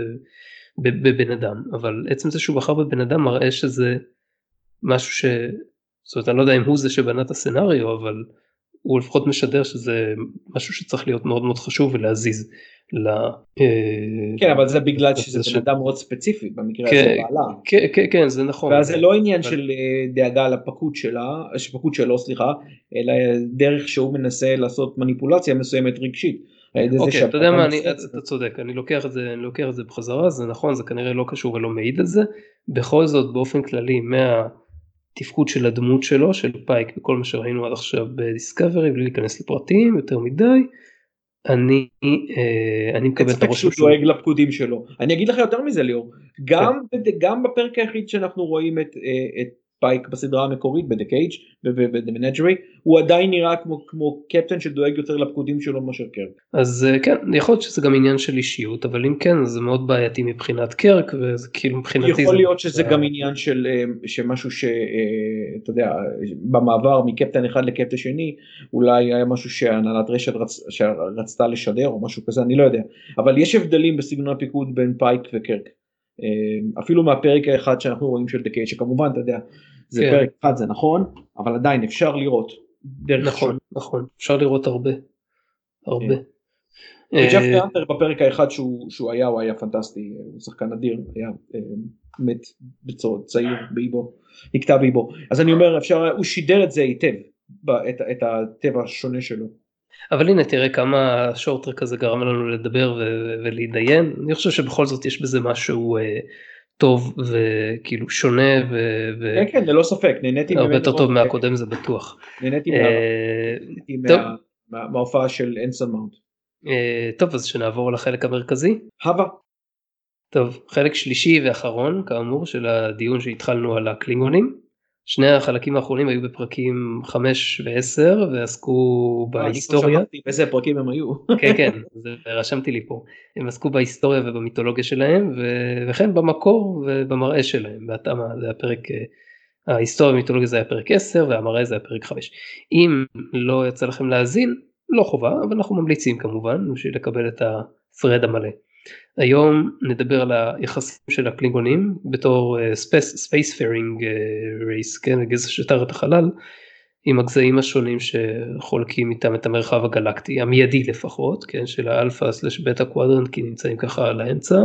בבן אדם, אבל עצם זה שהוא בחר בבן אדם מראה שזה משהו זאת אומרת, אני לא יודע אם הוא זה שבנה את הסצנריו, אבל הוא לפחות משדר שזה משהו שצריך להיות מאוד מאוד חשוב ולהזיז. כן, אבל זה בגלל שזה בן אדם מאוד ספציפי, במקרה הזה בעלה. כן, זה נכון. ואז זה לא עניין של דאגה לפקוד שלו, סליחה, אלא דרך שהוא מנסה לעשות מניפולציה מסוימת רגשית. אוקיי, אתה יודע מה, אתה צודק, אני לוקח את זה בחזרה, זה נכון, זה כנראה לא קשור ולא מעיד על זה, בכל זאת באופן כללי, תפקוד של הדמות שלו, של פייק, וכל מה שראינו עד עכשיו בדיסקאברי, בלי להיכנס לפרטים יותר מדי, אני מקבל את הראש שהוא דואג לפקודים שלו. אני אגיד לך יותר מזה ליאור, גם בפרק היחיד שאנחנו רואים את פייק בסדרה המקורית ב-The Cage וב-The Menagerie, הוא עדיין נראה כמו קפטן שדואג יותר לפקודים שלו מאשר קרק. אז כן, יכול להיות שזה גם עניין של אישיות, אבל אם כן, זה מאוד בעייתי מבחינת קרק, וזה כאילו מבחינתי יכול להיות שזה גם עניין של משהו שאתה יודע, במעבר מקפטן אחד לקפטן שני, אולי היה משהו שהנהלת רשת רצתה לשדר או משהו כזה, אני לא יודע, אבל יש הבדלים בסגנון הפיקוד בין פייק וקרק, אפילו מהפרק האחד שאנחנו רואים של The Cage, שכמובן אתה יודע, זה כן. פרק אחד, זה נכון, אבל עדיין אפשר לראות דרך נכון, נכון, אפשר לראות הרבה. וג'פרי אנטר בפרק האחד שהוא היה פנטסטי, הוא שחקן אדיר, היה מת בצורה צעיר באיבו, נקטע באיבו, אז אני אומר הוא שידר את זה היטב, את הטבע השונה שלו. אבל הנה תראה כמה השורטרק הזה גרם לנו לדבר ולהתדיין, אני חושב שבכל זאת יש בזה משהו טוב וכאילו שונה כן, ללא ספק, נהניתי הרבה יותר טוב מהקודם זה בטוח. נהניתי מההופעה של אנסון מאונט. טוב, אז שנעבור לחלק המרכזי. הווה. טוב, חלק שלישי ואחרון כאמור של הדיון שהתחלנו על הקלינגונים. שני החלקים האחרונים היו בפרקים 5 ו10 ועסקו בהיסטוריה. איזה פרקים הם היו. כן, כן, זה רשמתי לי פה. הם עסקו בהיסטוריה ובמיתולוגיה שלהם, וכן במקור ובמראה שלהם. בהתאמה זה הפרק, ההיסטוריה והמיתולוגיה זה היה פרק 10 והמראה זה היה פרק 5. אם לא יצא לכם להאזין, לא חובה, אבל אנחנו ממליצים כמובן, בשביל לקבל את הפרד המלא. היום נדבר על היחסים של הקלינגונים בתור spacefaring race, כן, גזע שטר את החלל, עם הגזעים השונים שחולקים איתם את המרחב הגלקטי, המיידי לפחות, כן, של האלפא סלש בטא קוואדרנט, כי נמצאים ככה על האמצע,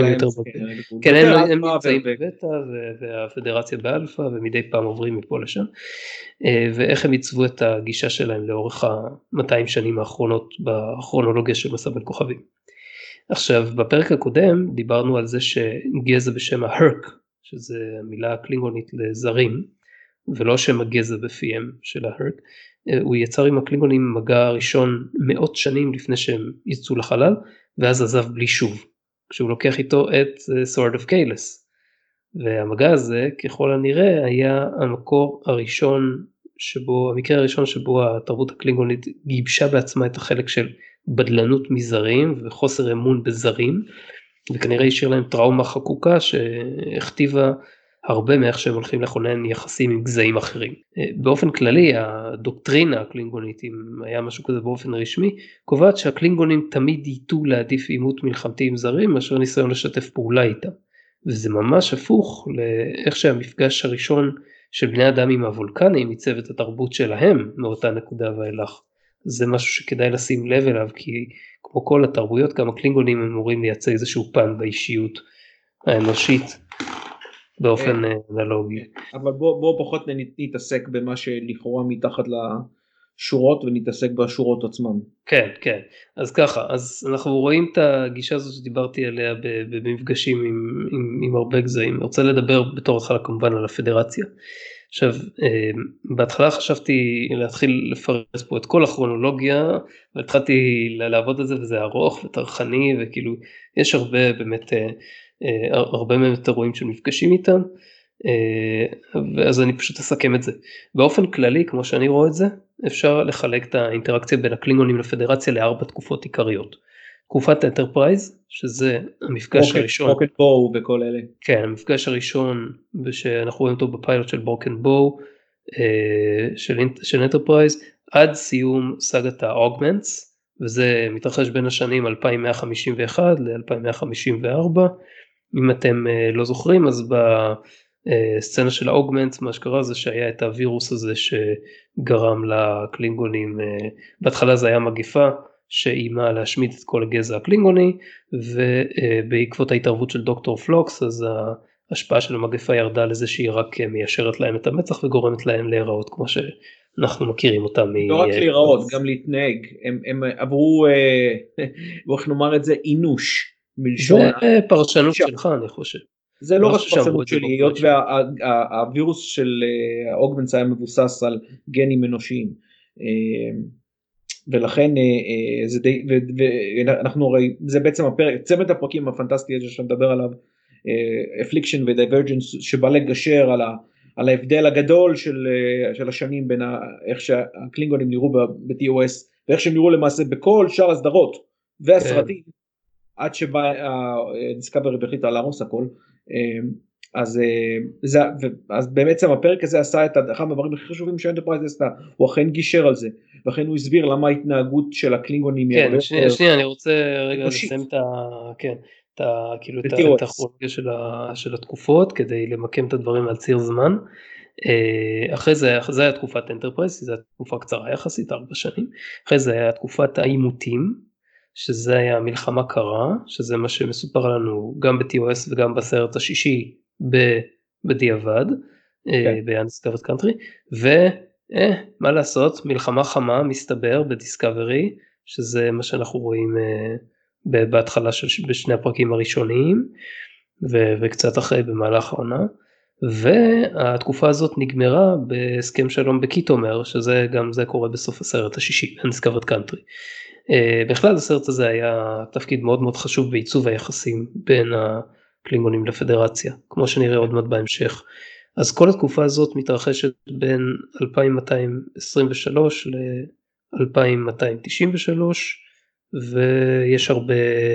כן, הם נמצאים בבטא והפדרציה באלפא, ומדי פעם עוברים מפה לשם, ואיך הם ייצבו את הגישה שלהם לאורך ה-200 שנים האחרונות בכרונולוגיה של מסע בין כוכבים. עכשיו בפרק הקודם דיברנו על זה שגזע בשם ההרק, שזה המילה הקלינגונית לזרים, ולא שם הגזע בפיהם של ההרק, הוא יצר עם הקלינגונים מגע ראשון מאות שנים לפני שהם יצאו לחלל, ואז עזב בלי שוב, כשהוא לוקח איתו את Sword of Kahless, והמגע הזה ככל הנראה היה המקור הראשון שבו, המקרה הראשון שבו התרבות הקלינגונית גיבשה בעצמה את החלק של בדלנות מזרים וחוסר אמון בזרים, וכנראה השאיר להם טראומה חקוקה שהכתיבה הרבה מאיך שהם הולכים לכונן יחסים עם גזעים אחרים. באופן כללי הדוקטרינה הקלינגונית, אם היה משהו כזה באופן רשמי, קובעת שהקלינגונים תמיד ייטו להעדיף עימות מלחמתי עם זרים מאשר ניסיון לשתף פעולה איתם, וזה ממש הפוך לאיך שהמפגש הראשון של בני אדם עם הוולקנים ייצב את התרבות שלהם מאותה נקודה ואילך. זה משהו שכדאי לשים לב אליו, כי כמו כל התרבויות, גם הקלינגונים אמורים לייצא איזשהו פן באישיות האנושית, באופן אנלוגי. אבל בוא פחות נתעסק במה שלכאורה מתחת לשורות, ונתעסק בשורות עצמם. כן, כן. אז ככה, אז אנחנו רואים את הגישה הזו שדיברתי עליה במפגשים עם הרבה גזעים. אני רוצה לדבר בתור התחלה כמובן על הפדרציה. עכשיו, בהתחלה חשבתי להתחיל לפרס פה את כל הכרונולוגיה, והתחלתי לעבוד על זה, וזה ארוך וטרחני, וכאילו יש הרבה באמת, הרבה באמת אירועים של מפגשים איתם, אז אני פשוט אסכם את זה. באופן כללי, כמו שאני רואה את זה, אפשר לחלק את האינטראקציה בין הקלינגונים לפדרציה לארבע תקופות עיקריות. תקופת האנטרפרייז, שזה המפגש הראשון. ברוקן בואו וכל אלה. כן, המפגש הראשון, שאנחנו רואים אותו בפיילוט של ברוקן בואו, של אנטרפרייז, עד סיום סאגת האוגמנטס, וזה מתרחש בין השנים 2151 ל-2154. אם אתם לא זוכרים, אז בסצנה של האוגמנטס, מה שקרה זה שהיה את הווירוס הזה שגרם לקלינגונים, בהתחלה זה היה מגפה, שאימה להשמיד את כל הגזע הקלינגוני, ובעקבות ההתערבות של דוקטור פלוקס, אז ההשפעה של המגפה ירדה לזה שהיא רק מיישרת להם את המצח, וגורמת להם להיראות כמו שאנחנו מכירים אותם. לא רק להיראות, גם להתנהג, הם עברו, איך נאמר את זה, אינוש, מלשון. זה פרשנות שלך אני חושב. זה לא רק פרשנות שלי, היות והווירוס של האוגמנטס היה מבוסס על גנים אנושיים. ולכן זה די, ואנחנו רואים, זה בעצם הפרק, צמד הפרקים הפנטסטי הזה שאתה מדבר עליו, Affliction ו-Divergence, שבא לגשר על ההבדל הגדול של השנים בין איך שהקלינגונים נראו ב-TOS ואיך שהם נראו למעשה בכל שאר הסדרות והסרטים, עד שבא דיסקאברי והחליטה להרוס הכל. אז בעצם הפרק הזה עשה את אחד מהדברים הכי חשובים שהאנטרפרייז עשתה, הוא אכן גישר על זה, ואכן הוא הסביר למה ההתנהגות של הקלינגונים היא כן, שנייה, אני רוצה רגע לסיים את הכרונולוגיה של התקופות, כדי למקם את הדברים על ציר זמן. אחרי זה היה תקופת אנטרפרייז, זו תקופה קצרה יחסית, 4 שנים. אחרי זה היה תקופת העימותים, שזה היה מלחמה קרה, שזה מה שמסופר לנו גם ב-TOS וגם בסרט השישי בדיעבד, ב-Undiscovered Country, ומה לעשות, מלחמה חמה מסתבר בדיסקאברי, שזה מה שאנחנו רואים בהתחלה בשני הפרקים הראשוניים, וקצת אחרי במהלך העונה, והתקופה הזאת נגמרה בהסכם שלום בקיטומר, שזה גם זה קורה בסוף הסרט השישי, Undiscovered Country. בכלל הסרט הזה היה תפקיד מאוד מאוד חשוב בעיצוב היחסים בין הקלינגונים לפדרציה, כמו שנראה עוד מעט בהמשך. אז כל התקופה הזאת מתרחשת בין 2223 ל-2293, ויש הרבה,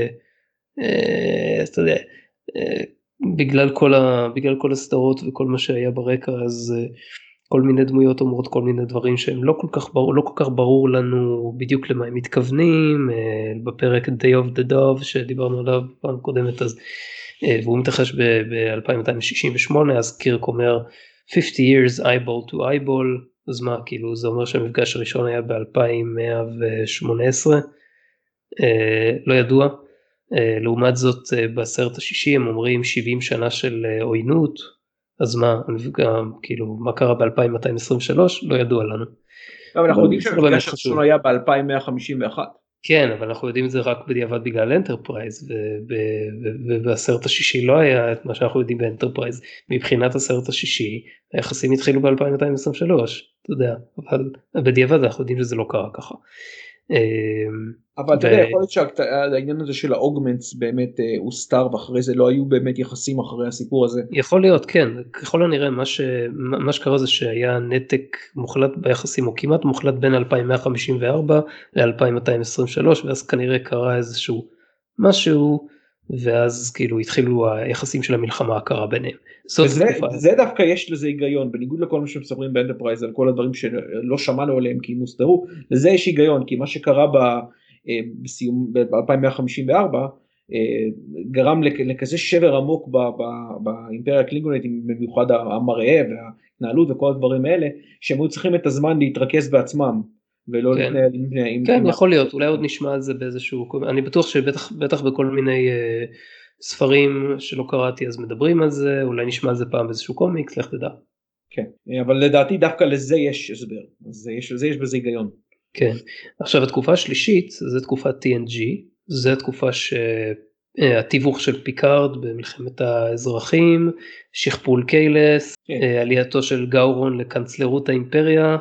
אתה יודע, בגלל כל הסדרות וכל מה שהיה ברקע, אז כל מיני דמויות אומרות כל מיני דברים שהם לא כל כך ברור לנו בדיוק למה הם מתכוונים. בפרק Day of the Dove שדיברנו עליו פעם קודמת, אז והוא מתרחש ב-2268, אז קירק אומר 50 years eyeball to eyeball, אז מה, כאילו זה אומר שהמפגש הראשון היה ב-2118, לא ידוע. לעומת זאת בסרט השישי הם אומרים 70 שנה של עוינות, אז מה, כאילו, מה קרה ב-2223? לא ידוע לנו. אבל אנחנו יודעים שהמפגש הראשון היה ב-2151. כן, אבל אנחנו יודעים את זה רק בדיעבד בגלל אנטרפרייז, ובסרט השישי לא היה את מה שאנחנו יודעים באנטרפרייז. מבחינת הסרט השישי, היחסים התחילו ב-2223, אתה יודע, אבל בדיעבד אנחנו יודעים שזה לא קרה ככה. אבל אתה יודע, יכול להיות שהעניין הזה של האוגמנטס באמת הוסתר, ואחרי זה לא היו באמת יחסים אחרי הסיפור הזה. יכול להיות, כן, ככל הנראה מה שקרה זה שהיה נתק מוחלט ביחסים, או כמעט מוחלט בין 2154 ל-2223, ואז כנראה קרה איזשהו משהו, ואז כאילו התחילו היחסים של המלחמה הקרה ביניהם. זה דווקא יש לזה היגיון, בניגוד לכל מה שמספרים באנטרפרייז, על כל הדברים שלא שמענו עליהם כי הם הוסתרו, לזה יש היגיון, כי מה שקרה ב-2154, גרם לכזה שבר עמוק באימפריה הקלינגונית, במיוחד המראה וההתנהלות וכל הדברים האלה, שהם היו צריכים את הזמן להתרכז בעצמם, ולא להתנהל. כן, יכול להיות, אולי עוד נשמע על זה באיזשהו, אני בטוח שבטח בכל מיני ספרים שלא קראתי אז מדברים על זה, אולי נשמע על זה פעם באיזשהו קומיקס, לך תדע. כן, אבל לדעתי דווקא לזה יש הסבר, אז יש בזה היגיון. כן, עכשיו התקופה השלישית זה תקופת TNG, זה התקופה שהתיווך של פיקארד במלחמת האזרחים, שכפול קיילס, עלייתו של גאורון לקנצלרות האימפריה.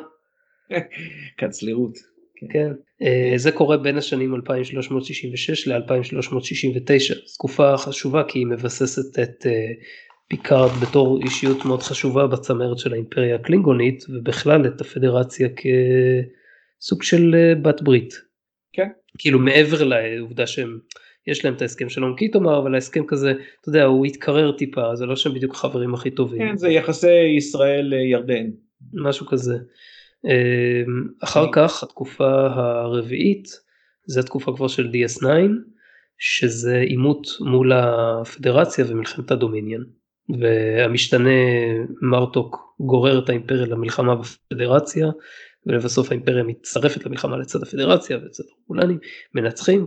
קנצלרות. כן, זה קורה בין השנים 2366 ל-2369, זו תקופה חשובה כי היא מבססת את פיקארד בתור אישיות מאוד חשובה בצמרת של האימפריה הקלינגונית, ובכלל את הפדרציה כסוג של בת ברית. כן. כאילו מעבר לעובדה שהם, יש להם את ההסכם שלום קיטומר, אבל ההסכם כזה, אתה יודע, הוא התקרר טיפה, זה לא שהם בדיוק החברים הכי טובים. כן, זה יחסי ישראל-ירדן. משהו כזה. אחר כך התקופה הרביעית זה התקופה כבר של DS9, שזה עימות מול הפדרציה ומלחמת הדומיניון, והמשתנה מרטוק גורר את האימפריה למלחמה בפדרציה, ולבסוף האימפריה מצטרפת למלחמה לצד הפדרציה ולצד הרולנים, מנצחים,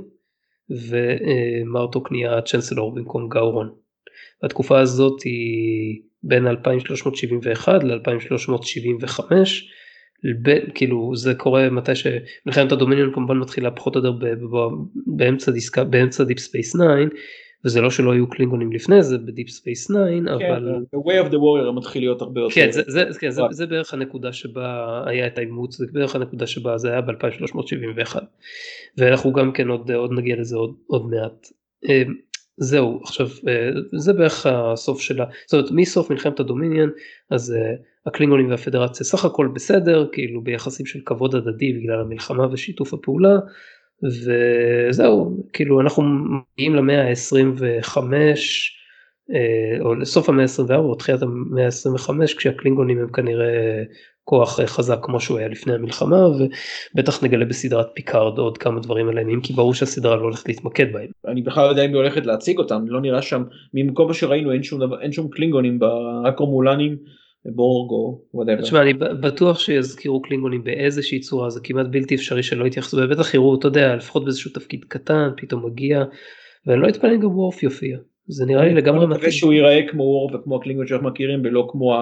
ומרטוק נהיה צ'נסלור במקום גאורון. התקופה הזאת היא בין 2371 ל-2375, כאילו זה קורה מתי שמלחמת הדומיניון כמובן מתחילה פחות או יותר באמצע דיפ ספייס 9, וזה לא שלא היו קלינגונים לפני זה בדיפ ספייס 9, אבל the way of the warrior מתחיל להיות הרבה יותר. כן, זה בערך הנקודה שבה היה את האימות, זה בערך הנקודה שבה זה היה ב-2371, ואנחנו גם כן עוד נגיע לזה עוד מעט. זהו, עכשיו זה בערך הסוף שלה, זאת אומרת מסוף מלחמת הדומיניון, אז הקלינגונים והפדרציה סך הכל בסדר, כאילו ביחסים של כבוד הדדי בגלל המלחמה ושיתוף הפעולה, וזהו, כאילו אנחנו מגיעים למאה ה-25, או לסוף המאה ה-24 או תחילת המאה ה-25, כשהקלינגונים הם כנראה כוח חזק כמו שהוא היה לפני המלחמה, ובטח נגלה בסדרת פיקארד עוד כמה דברים עליהם, אם כי ברור שהסדרה לא הולכת להתמקד בהם. אני בכלל לא יודע אם היא הולכת להציג אותם, לא נראה שם, ממקום מה שראינו אין שום קלינגונים, רק רומולנים, בורג או whatever. תשמע, אני בטוח שיזכירו קלינגונים באיזושהי צורה, זה כמעט בלתי אפשרי שלא יתייחסו, ובטח יראו, אתה יודע, לפחות באיזשהו תפקיד קטן, פתאום מגיע, ואני לא אתפלא אם גם וורף יופיע, זה נראה לי לגמרי אני מקווה שהוא ייראה כמו וורף וכמו הקלינגון שאנחנו מכירים, ולא כמו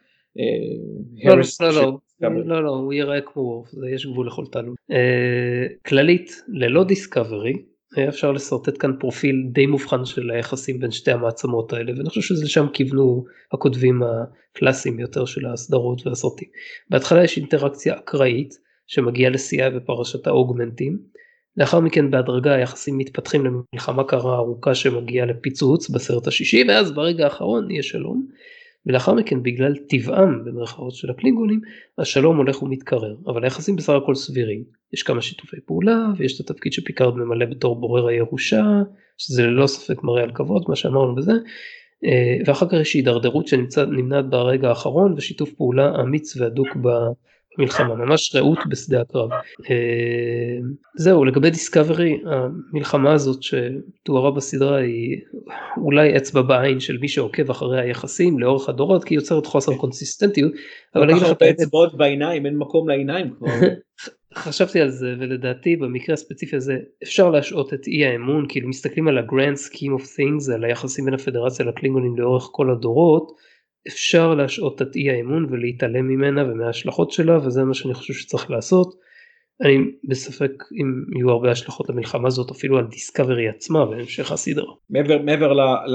לא, הוא ייראה כמו וורף, יש גבול לכל תעלול. כללית, ללא דיסקאברי, היה אפשר לסרטט כאן פרופיל די מובחן של היחסים בין שתי המעצמות האלה, ואני חושב שזה שם כיוונו הכותבים הקלאסיים יותר של הסדרות והסרטים. בהתחלה יש אינטראקציה אקראית שמגיעה לשיאה בפרשת האוגמנטים, לאחר מכן בהדרגה היחסים מתפתחים למלחמה קרה ארוכה שמגיעה לפיצוץ בסרט השישי, ואז ברגע האחרון יהיה שלום, ולאחר מכן בגלל טבעם במרכאות של הקלינגונים, השלום הולך ומתקרר, אבל היחסים בסך הכל סבירים, יש כמה שיתופי פעולה, ויש את התפקיד שפיקארד ממלא בתור בורר הירושה, שזה ללא ספק מראה על כבוד, מה שאמרנו בזה, ואחר כך יש הידרדרות שנמנעת ברגע האחרון, ושיתוף פעולה אמיץ והדוק במלחמה, ממש רעות בשדה הקרב. זהו, לגבי דיסקאברי, המלחמה הזאת שתוארה בסדרה היא אולי אצבע בעין של מי שעוקב אחרי היחסים לאורך הדורות, כי היא יוצרת חוסר קונסיסטנטיות. אבל ככה הרבה אצבעות בעיניים, אין מקום לעיניים כבר. חשבתי על זה, ולדעתי במקרה הספציפי הזה אפשר להשעות את אי האמון, כאילו מסתכלים על ה-grand scheme of things, על היחסים בין הפדרציה לקלינגונים לאורך כל הדורות, אפשר להשעות את אי האמון ולהתעלם ממנה ומההשלכות שלה, וזה מה שאני חושב שצריך לעשות. אני בספק אם יהיו הרבה השלכות למלחמה הזאת, אפילו על דיסקאברי עצמה בהמשך הסדרה. מעבר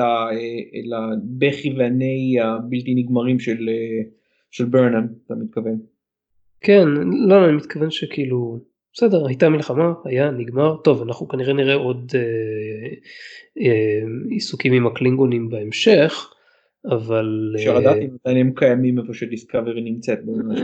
לבכי והני הבלתי נגמרים של ברנם, אתה מתכוון? כן, לא, אני מתכוון שכאילו, בסדר, הייתה מלחמה, היה, נגמר, טוב, אנחנו כנראה נראה עוד עיסוקים עם הקלינגונים בהמשך, אבל... אפשר לדעת אם הם קיימים איפה שדיסקאברי נמצאת.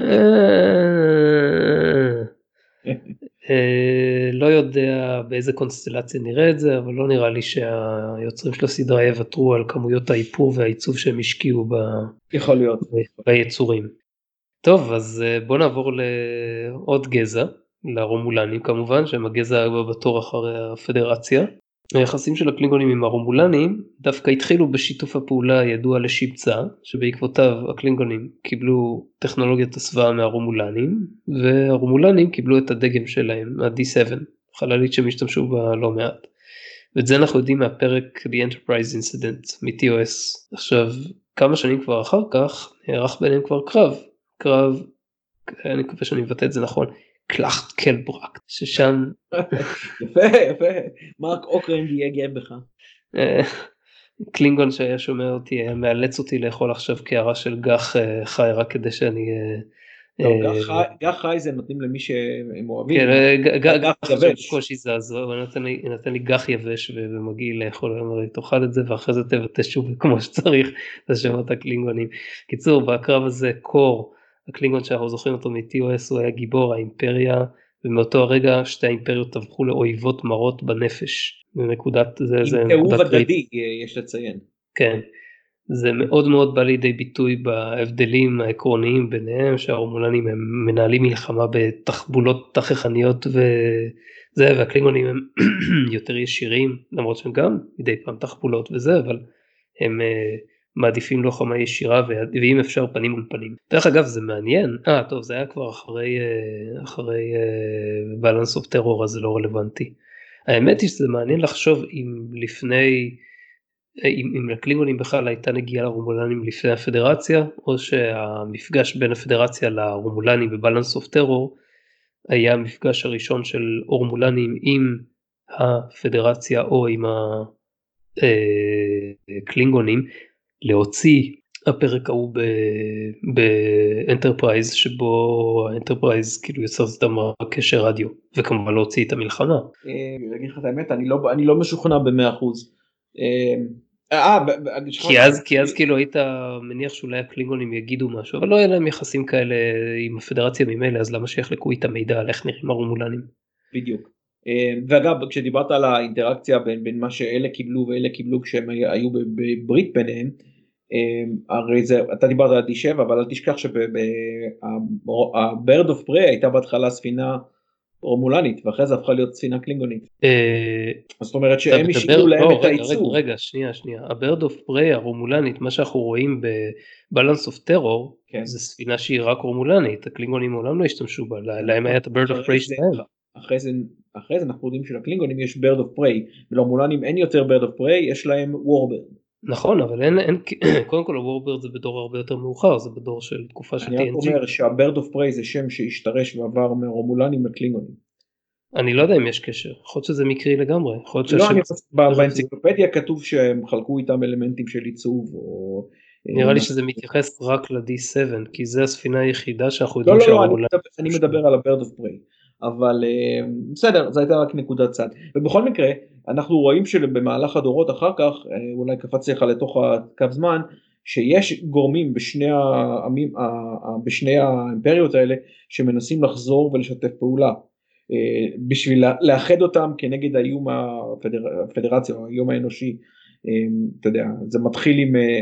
לא יודע באיזה קונסטלציה נראה את זה, אבל לא נראה לי שהיוצרים של הסדרה יוותרו על כמויות האיפור והעיצוב שהם השקיעו ביצורים. טוב, אז בוא נעבור לעוד גזע, לרומולנים כמובן, שהם הגזע הבא בתור אחרי הפדרציה. היחסים של הקלינגונים עם הרומולנים דווקא התחילו בשיתוף הפעולה הידוע לשבצה, שבעקבותיו הקלינגונים קיבלו טכנולוגיית הסוואה מהרומולנים, והרומולנים קיבלו את הדגם שלהם, ה-D7, חללית שהם השתמשו בה לא מעט. ואת זה אנחנו יודעים מהפרק The Enterprise Incident מ-TOS. עכשיו, כמה שנים כבר אחר כך, נערך ביניהם כבר קרב, אני מקווה שאני מבטא את זה נכון, קלאכט קלברק, ששם... יפה, מרק אוקרנד יהיה גאה בך. קלינגון שהיה שומע אותי, היה מאלץ אותי לאכול עכשיו קערה של גח חי, רק כדי שאני... גח חי זה נותנים למי שהם אוהבים. כן, גח יבש. קושי זעזוע, אבל נתן לי גח יבש ומגעיל לאכול, אמר, תאכל את זה ואחרי זה תבטא שוב כמו שצריך, לשמות הקלינגונים. קיצור, בקרב הזה קור, הקלינגון שאנחנו זוכרים אותו מ-TOS, הוא היה גיבור האימפריה, ומאותו הרגע שתי האימפריות טבחו לאויבות מרות בנפש. בנקודת, עם תיעוב הדדי, יש לציין. כן, זה מאוד מאוד בא לידי ביטוי בהבדלים העקרוניים ביניהם, שהרומולנים הם מנהלים מלחמה בתחבולות תככניות וזה, והקלינגונים הם יותר ישירים, למרות שהם גם מדי פעם תחבולות וזה, אבל הם מעדיפים לוחמה ישירה, ואם אפשר פנים מול פנים. דרך אגב זה מעניין, טוב זה היה כבר אחרי Balance of Terror, אז זה לא רלוונטי. האמת היא שזה מעניין לחשוב אם לפני, אם לקלינגונים בכלל הייתה נגיעה לרומולנים לפני הפדרציה, או שהמפגש בין הפדרציה לרומולנים בבלנס אוף טרור, היה המפגש הראשון של רומולנים עם הפדרציה או עם הקלינגונים, להוציא הפרק ההוא באנטרפרייז, שבו האנטרפרייז כאילו יוצר איתם קשר רדיו, וכמובן להוציא את המלחמה. להגיד לך את האמת, אני לא משוכנע ב100%. כי אז כאילו היית מניח שאולי הקלינגונים יגידו משהו, אבל לא היה להם יחסים כאלה עם הפדרציה ממילא, אז למה שיחלקו איתם מידע על איך נראים הרומולנים? בדיוק. ואגב, כשדיברת על האינטראקציה בין מה שאלה קיבלו ואלה קיבלו כשהם היו בברית ביניהם, הרי אתה דיברת על D7, אבל אל תשכח שה-Bird of Prey הייתה בהתחלה ספינה רומולנית, ואחרי זה הפכה להיות ספינה קלינגונית. זאת אומרת שהם השאירו להם את הייצור. רגע, שנייה. ה-Bird of Prey הרומולנית, מה שאנחנו רואים ב-Balance of Terror, זה ספינה שהיא רק רומולנית, הקלינגונים מעולם לא השתמשו בה, להם היה את ה-Bird of Prey שלהם. אחרי זה אנחנו יודעים שלקלינגונים יש Bird of Prey, ולרומולנים אין יותר Bird of Prey, יש להם Warbird. נכון, אבל אין, קודם כל ה-Warbird זה בדור הרבה יותר מאוחר, זה בדור של תקופה של TNG. אני רק אומר שה-Bird of Prey זה שם שהשתרש ועבר מרומולנים לקלינגונים. אני לא יודע אם יש קשר, יכול להיות שזה מקרי לגמרי. באנציקלופדיה כתוב שהם חלקו איתם אלמנטים של עיצוב. נראה לי שזה מתייחס רק ל-D7, כי זה הספינה היחידה שאנחנו יודעים שהרומולנים. לא, אני מדבר על ה-Bird of Prey. אבל בסדר, זו הייתה רק נקודת צד. ובכל מקרה, אנחנו רואים שבמהלך הדורות אחר כך, אולי קפץ לך לתוך הקו זמן, שיש גורמים בשני האימפריות האלה, שמנסים לחזור ולשתף פעולה, בשביל לאחד אותם כנגד האיום הפדרציה, או האיום האנושי. אתה יודע, זה מתחיל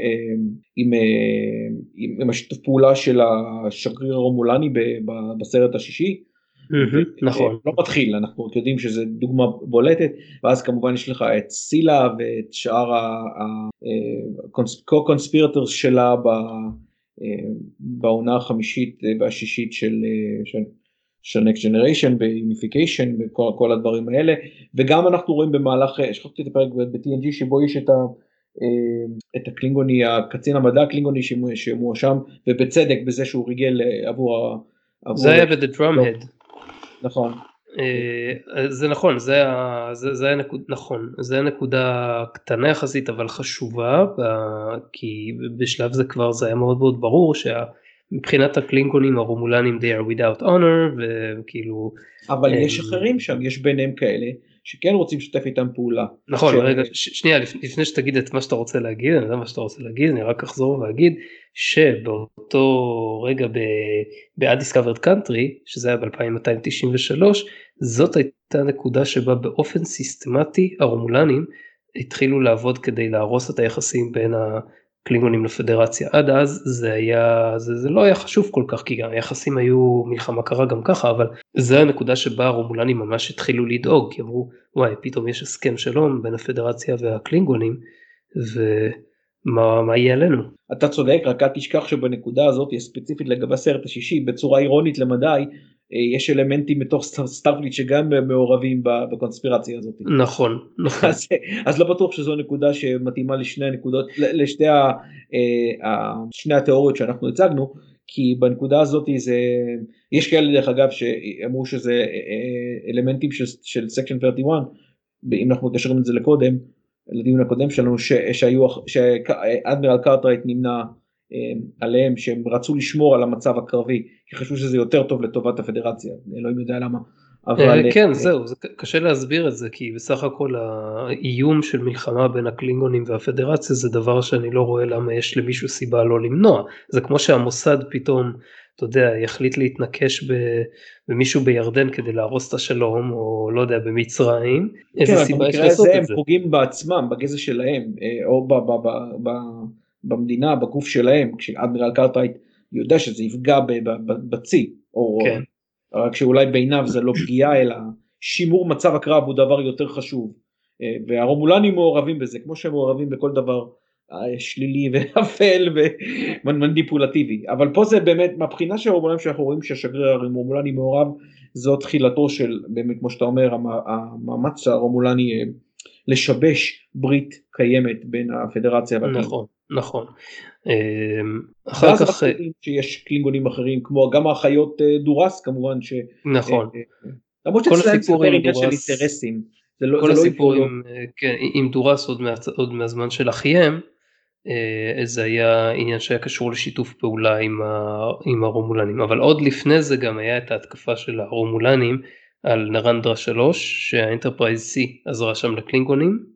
עם השיתוף פעולה של השגריר הרומולני בסרט השישי, נכון. לא מתחיל, אנחנו יודעים שזה דוגמה בולטת, ואז כמובן יש לך את סילה ואת שאר ה-co-conspirators שלה בעונה החמישית והשישית של Next Generation, ב-Unification וכל הדברים האלה, וגם אנחנו רואים במהלך, שכחתי את הפרק ב-TNG שבו יש את הקלינגוני, הקצין המדע הקלינגוני שמואשם, ובצדק בזה שהוא ריגל עבור זה היה ב-The Drumhead. נכון. זה נכון, זה נקודה קטנה יחסית אבל חשובה, כי בשלב זה כבר זה היה מאוד מאוד ברור שמבחינת הקלינגונים הרומולנים they are without honor, וכאילו אבל יש אחרים שם, יש ביניהם כאלה שכן רוצים לשתף איתם פעולה. נכון, רגע, שנייה, לפני שתגיד את מה שאתה רוצה להגיד, אני יודע מה שאתה רוצה להגיד, אני רק אחזור ואגיד שבאותו רגע ב-Undiscovered Country, שזה היה ב-2293, זאת הייתה נקודה שבה באופן סיסטמטי הרומולנים התחילו לעבוד כדי להרוס את היחסים בין הקלינגונים לפדרציה. עד אז זה לא היה חשוב כל כך, כי היחסים היו מלחמה קרה גם ככה, אבל זה הנקודה שבה הרומולנים ממש התחילו לדאוג, כי אמרו, וואי, פתאום יש הסכם שלום בין הפדרציה והקלינגונים, ומה יהיה עלינו? אתה צודק, רק אל תשכח שבנקודה הזאת, ספציפית לגבי הסרט השישי, בצורה אירונית למדי, יש אלמנטים מתוך סטארפליט שגם מעורבים בקונספירציה הזאת. נכון. אז לא בטוח שזו נקודה שמתאימה לשני הנקודות, שני התיאוריות שאנחנו הצגנו, כי בנקודה הזאת יש כאלה דרך אגב שאמרו שזה אלמנטים של סקשן 31, אם אנחנו מקשרים את זה לדיון הקודם שלנו, שאדמירל קרטרייט נמנע עליהם, שהם רצו לשמור על המצב הקרבי, כי חשבו שזה יותר טוב לטובת הפדרציה, לא יודע למה. כן, זהו, זה קשה להסביר את זה, כי בסך הכל האיום של מלחמה בין הקלינגונים והפדרציה, זה דבר שאני לא רואה למה יש למישהו סיבה לא למנוע, זה כמו שהמוסד פתאום, אתה יודע, יחליט להתנקש במישהו בירדן כדי להרוס את השלום, או לא יודע, במצרים, איזה סיבה יש לעשות את זה? הם פוגעים בעצמם, בגזע שלהם, או במדינה, בגוף שלהם, כשאדמירל קרטרייט יודע שזה יפגע בצי, או רק שאולי בעיניו זה לא פגיעה, אלא שימור מצב הקרב הוא דבר יותר חשוב, והרומולנים מעורבים בזה, כמו שהם מעורבים בכל דבר שלילי ואפל ומניפולטיבי, אבל פה זה באמת, מהבחינה של הרומולנים שאנחנו רואים שהשגריר הרומולני מעורב, זו תחילתו של, באמת כמו שאתה אומר, המאמץ הרומולני לשבש ברית קיימת בין הפדרציה והקלינגונים. נכון. אחר כך שיש קלינגונים אחרים, כמו גם האחיות דורס כמובן, נכון. למרות שאצלם זה יותר עניין של אינטרסים. כל הסיפור עם דורס עוד מהזמן של אחייהם, זה היה עניין שהיה קשור לשיתוף פעולה עם הרומולנים, אבל עוד לפני זה גם היה את ההתקפה של הרומולנים על נרנדרה 3, שהאנטרפרייז C עזרה שם לקלינגונים.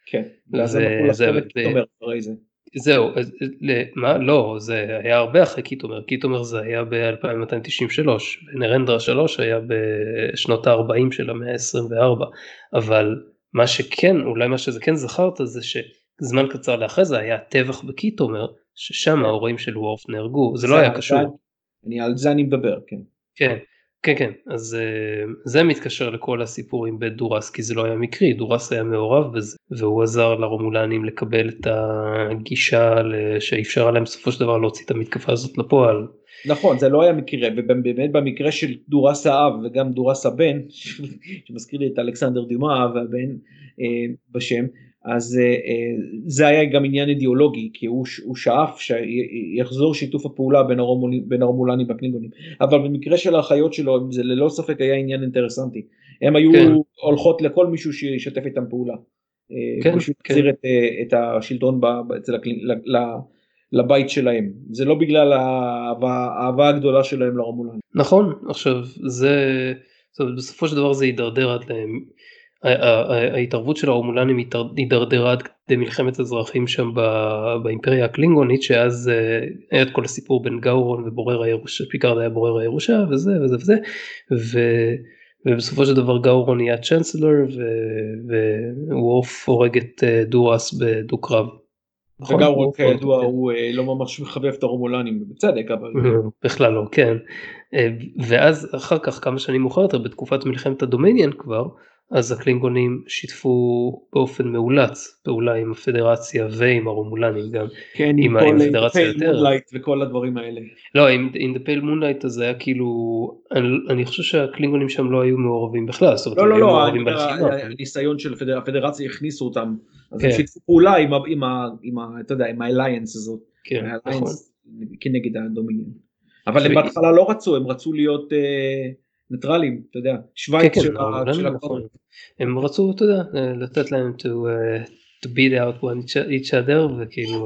כן, ואז הם הלכו לחתום את קיטומר אחרי זה. זהו, מה? לא, זה היה הרבה אחרי קיטומר, קיטומר זה היה ב-2293, ונרנדרה 3 היה בשנות ה-40 של המאה ה-24, אבל מה שכן, אולי מה שזה כן זכרת זה שזמן קצר לאחרי זה היה טבח בקיטומר, ששם ההורים של וורף נהרגו, זה לא היה קשור. על זה אני מדבר, כן. כן, כן, כן, אז זה מתקשר לכל הסיפורים בדורס, כי זה לא היה מקרי, דורס היה מעורב בזה, והוא עזר לרומולנים לקבל את הגישה שאפשרה להם בסופו של דבר להוציא את המתקפה הזאת לפועל. נכון, זה לא היה מקרה, ובאמת במקרה של דורס האב וגם דורס הבן, שמזכיר לי את אלכסנדר דיומה והבן בשם, אז זה היה גם עניין אידיאולוגי, כי הוא שאף שיחזור שיתוף הפעולה בין הרומולנים והקלינגונים, אבל במקרה של האחיות שלו זה ללא ספק היה עניין אינטרסנטי, הם היו כן. הולכות לכל מישהו שישתף איתם פעולה, כן, בשביל להחזיר את השלטון לבית שלהם, זה לא בגלל האהבה הגדולה שלהם לרומולנים. נכון, עכשיו בסופו של דבר זה יידרדר עד להם, ההתערבות של הרומולנים הידרדרה עד כדי מלחמת אזרחים שם באימפריה הקלינגונית, שאז היה את כל הסיפור בין גאורון ובורר הירושה, פיקארד היה בורר הירושה וזה וזה וזה, ובסופו של דבר גאורון נהיה צ'אנסלר ווורף הורג את דורס בדו-קרב. וגאורון כידוע הוא לא ממש מחבב את הרומולנים בצדק, אבל בכלל לא, כן. ואז אחר כך כמה שנים מאוחר יותר בתקופת מלחמת הדומניאן כבר, אז הקלינגונים שיתפו באופן מאולץ פעולה עם הפדרציה ועם הרומולנים גם. כן, עם כל פייל מונלייט וכל הדברים האלה. לא, עם The Pale Moonlight הזה היה כאילו, אני חושב שהקלינגונים שם לא היו מעורבים בכלל. לא, הניסיון של הפדרציה הכניסו אותם, אז הם שיתפו פעולה עם האליינס הזאת, כנגד הדומיניון. אבל הם בהתחלה לא רצו, הם רצו להיות ניטרלים, אתה יודע, שווייץ של הקוראים. הם רצו, אתה יודע, לתת להם to beat out each other, וכאילו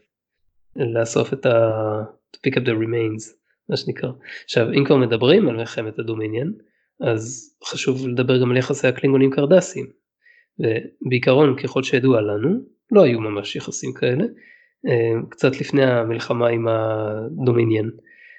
לאסוף את to pick up the remains, מה שנקרא. עכשיו, אם כבר מדברים על מלחמת הדומיניון, אז חשוב לדבר גם על יחסי הקלינגונים קרדסים, ובעיקרון ככל שידוע לנו, לא היו ממש יחסים כאלה, קצת לפני המלחמה עם הדומיניון.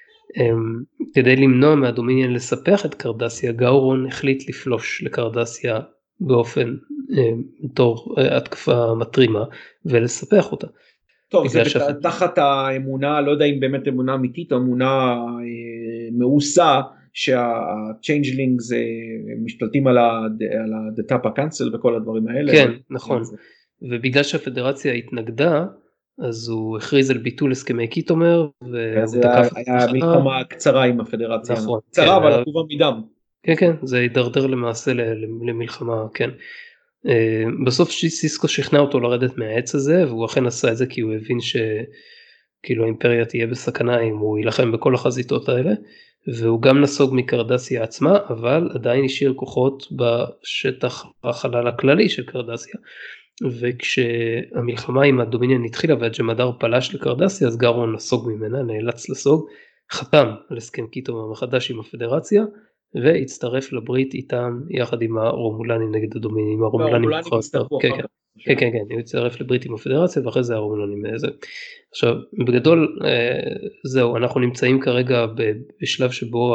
כדי למנוע מהדומיניון לספח את קרדסיה, גאורון החליט לפלוש לקרדסיה באופן בתור התקפה מטרימה ולספח אותה. טוב, זה תחת האמונה, לא יודע אם באמת אמונה אמיתית או אמונה מאוסה, שהצ'יינג'לינגס משתלטים על הדטאפה קאנסל וכל הדברים האלה. כן, נכון. ובגלל שהפדרציה התנגדה, אז הוא הכריז על ביטול הסכמי קיטומר. זה היה מלחמה קצרה עם הפדרציה. נכון. קצרה, אבל עקובה מדם. כן, כן, זה הידרדר למעשה למלחמה, כן. בסוף סיסקו שכנע אותו לרדת מהעץ הזה, והוא אכן עשה את זה כי הוא הבין שכאילו האימפריה תהיה בסכנה אם הוא ילחם בכל החזיתות האלה, והוא גם נסוג מקרדסיה עצמה, אבל עדיין השאיר כוחות בשטח החלל הכללי של קרדסיה, וכשהמלחמה עם הדומיניון התחילה והג'מדר פלש לקרדסיה, אז גאורון נסוג ממנה, נאלץ לסוג, חתם על הסכם קיטומר מחדש עם הפדרציה, והצטרף לברית איתם יחד עם הרומולנים נגד הדומיניון, הרומולנים כן, כן, כן, הוא הצטרף לברית עם הפדרציה ואחרי זה הרומולנים. עכשיו, בגדול, זהו, אנחנו נמצאים כרגע בשלב שבו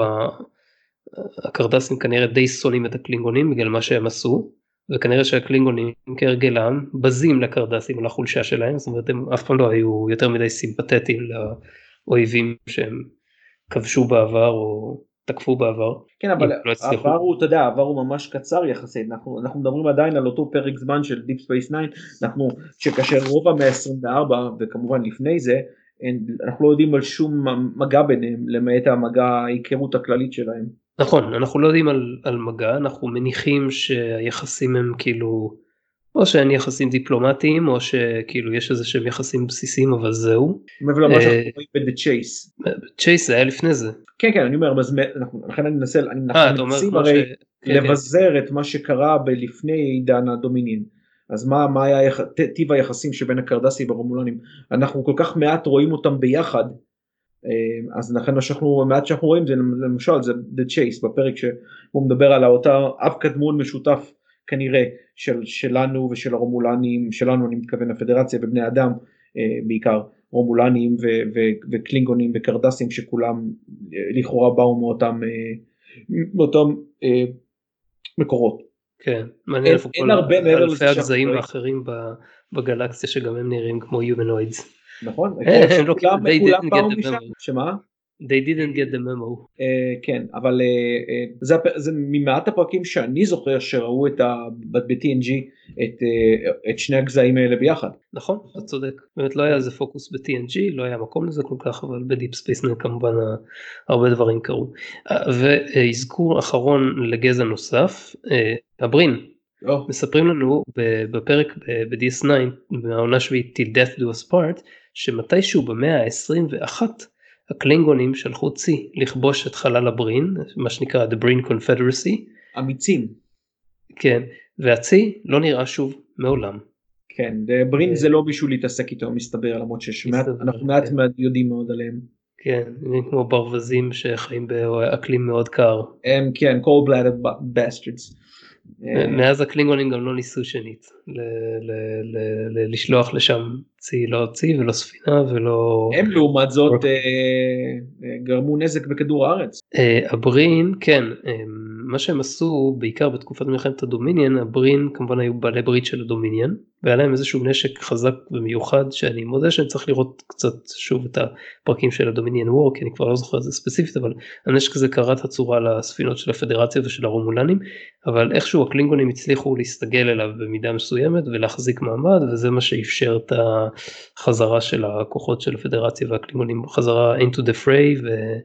הקרדסים כנראה די שונאים את הקלינגונים בגלל מה שהם עשו, וכנראה שהקלינגונים כהרגלם בזים לקרדסים על החולשה שלהם, זאת אומרת הם אף פעם לא היו יותר מדי סימפתטיים לאויבים שהם כבשו בעבר או תקפו בעבר. כן, אבל העבר הוא, אתה יודע, העבר הוא ממש קצר יחסית, אנחנו מדברים עדיין על אותו פרק זמן של Deep Space Nine, שכאשר רוב המאה ה-24 וכמובן לפני זה, אנחנו לא יודעים על שום מגע ביניהם, למעט המגע, ההיכרות הכללית שלהם. נכון, אנחנו לא יודעים על מגע, אנחנו מניחים שהיחסים הם כאילו, או שאין יחסים דיפלומטיים, או שכאילו יש איזה שהם יחסים בסיסיים, אבל זהו. מעבר למה שאנחנו רואים ב-The Chase. Chase זה היה לפני זה. כן, כן, אני אומר, לכן אני מנסה, אנחנו מנסים הרי לבזר את מה שקרה בלפני עידן הדומיניון. אז מה היה טיב היחסים שבין הקרדסים והרומולנים? אנחנו כל כך מעט רואים אותם ביחד, אז לכן מעט שאנחנו רואים זה למשל זה The Chase בפרק שהוא מדבר על אותה אב קדמון משותף כנראה שלנו ושל הרומולנים, שלנו אני מתכוון לפדרציה ובני אדם בעיקר, רומולנים וקלינגונים וקרדסים שכולם לכאורה באו מאותם מקורות. כן, מעניין איפה אין הרבה מעבר אלפי לזה הגזעים שאנחנו האחרים בגלקסיה שגם הם נראים כמו humanoids. נכון, הם לא כולם they didn't באו get the משם, memo. שמה? They didn't get the memo. כן, אבל זה ממעט הפרקים שאני זוכר שראו ב-TNG את שני הגזעים האלה ביחד. נכון, אתה צודק. באמת לא היה איזה פוקוס ב-TNG, לא היה מקום לזה כל כך, אבל בדיפ ספייס כמובן הרבה דברים קרו. והזכור אחרון לגזע נוסף, הברין. מספרים לנו בפרק ב-DS9, מהעונה שביעית Till Death Do Us Part, שמתישהו במאה ה-21, הקלינגונים שלחו צי לכבוש את חלל הברין, מה שנקרא The Breen Confederacy. אמיצים. כן, והצי לא נראה שוב מעולם. כן, ברין זה לא מישהו להתעסק איתו מסתבר, למרות שאנחנו מעט יודעים מאוד עליהם. כן, הם כמו ברווזים שחיים באקלים מאוד קר. הם כן, cold-blooded bastards. מאז הקלינגונים גם לא ניסו שנית לשלוח לשם צי, לא צי ולא ספינה ולא... הם לעומת זאת גרמו נזק בכדור הארץ. הברין, כן, מה שהם עשו בעיקר בתקופת מלחמת הדומיניאן, הברין כמובן היו בעלי ברית של הדומיניאן, והיה להם איזשהו נשק חזק ומיוחד שאני מודה שאני צריך לראות קצת שוב את הפרקים של הדומיניאן וור, כי אני כבר לא זוכר את זה ספציפית, אבל הנשק הזה קראת הצורה לספינות של הפדרציה ושל הרומולנים, אבל איכשהו הקלינגונים הצליחו להסתגל אליו במידה מסוימת ולהחזיק מעמד, וזה מה שאפשר את החזרה של הכוחות של הפדרציה והקלינגונים חזרה into the fray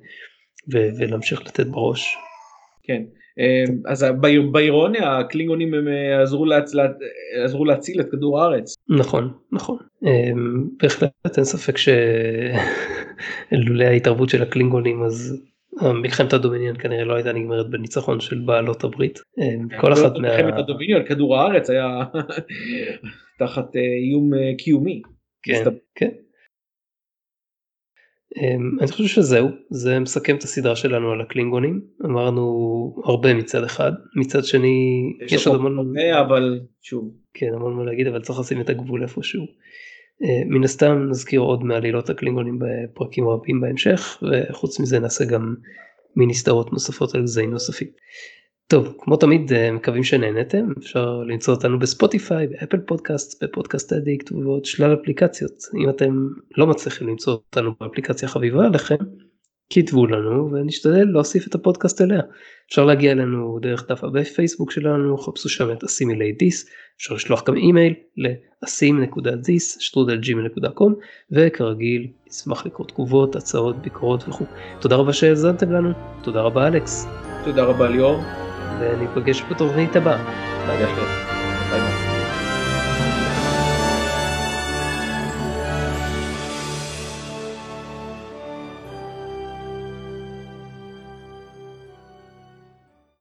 ולהמשיך לתת בראש. כן, אז באירוניה הקלינגונים הם עזרו להציל את כדור הארץ. נכון, נכון. בהחלט אין ספק שלולא ההתערבות של הקלינגונים אז מלחמת הדומיניאן כנראה לא הייתה נגמרת בניצחון של בעלות הברית. כל אחת מלחמת הדומיניאן, כדור הארץ היה תחת איום קיומי. כן, כן. אני חושב שזהו, זה מסכם את הסדרה שלנו על הקלינגונים, אמרנו הרבה מצד אחד, מצד שני יש עוד המון, אבל שוב. כן, המון מה להגיד, אבל צריך לשים את הגבול איפשהו. מן הסתם נזכיר עוד מעלילות הקלינגונים בפרקים רבים בהמשך, וחוץ מזה נעשה גם מיני סדרות נוספות על גזעים נוספים. טוב, כמו תמיד מקווים שנהנתם, אפשר למצוא אותנו בספוטיפיי, באפל פודקאסט, בפודקאסט אדיקט ועוד שלל אפליקציות. אם אתם לא מצליחים למצוא אותנו באפליקציה חביבה עליכם, כתבו לנו ונשתדל להוסיף את הפודקאסט אליה. אפשר להגיע אלינו דרך דף בפייסבוק שלנו, חפשו שם את assimilatethis, אפשר לשלוח גם אימייל ל-assim.this@gmail.com, וכרגיל נשמח לקרוא תגובות, הצעות, ביקורות וכו'. תודה רבה שהאזנתם לנו, תודה רבה אלכס. תודה רבה ליאור. וניפגש בתוכנית הבאה. ביי ביי.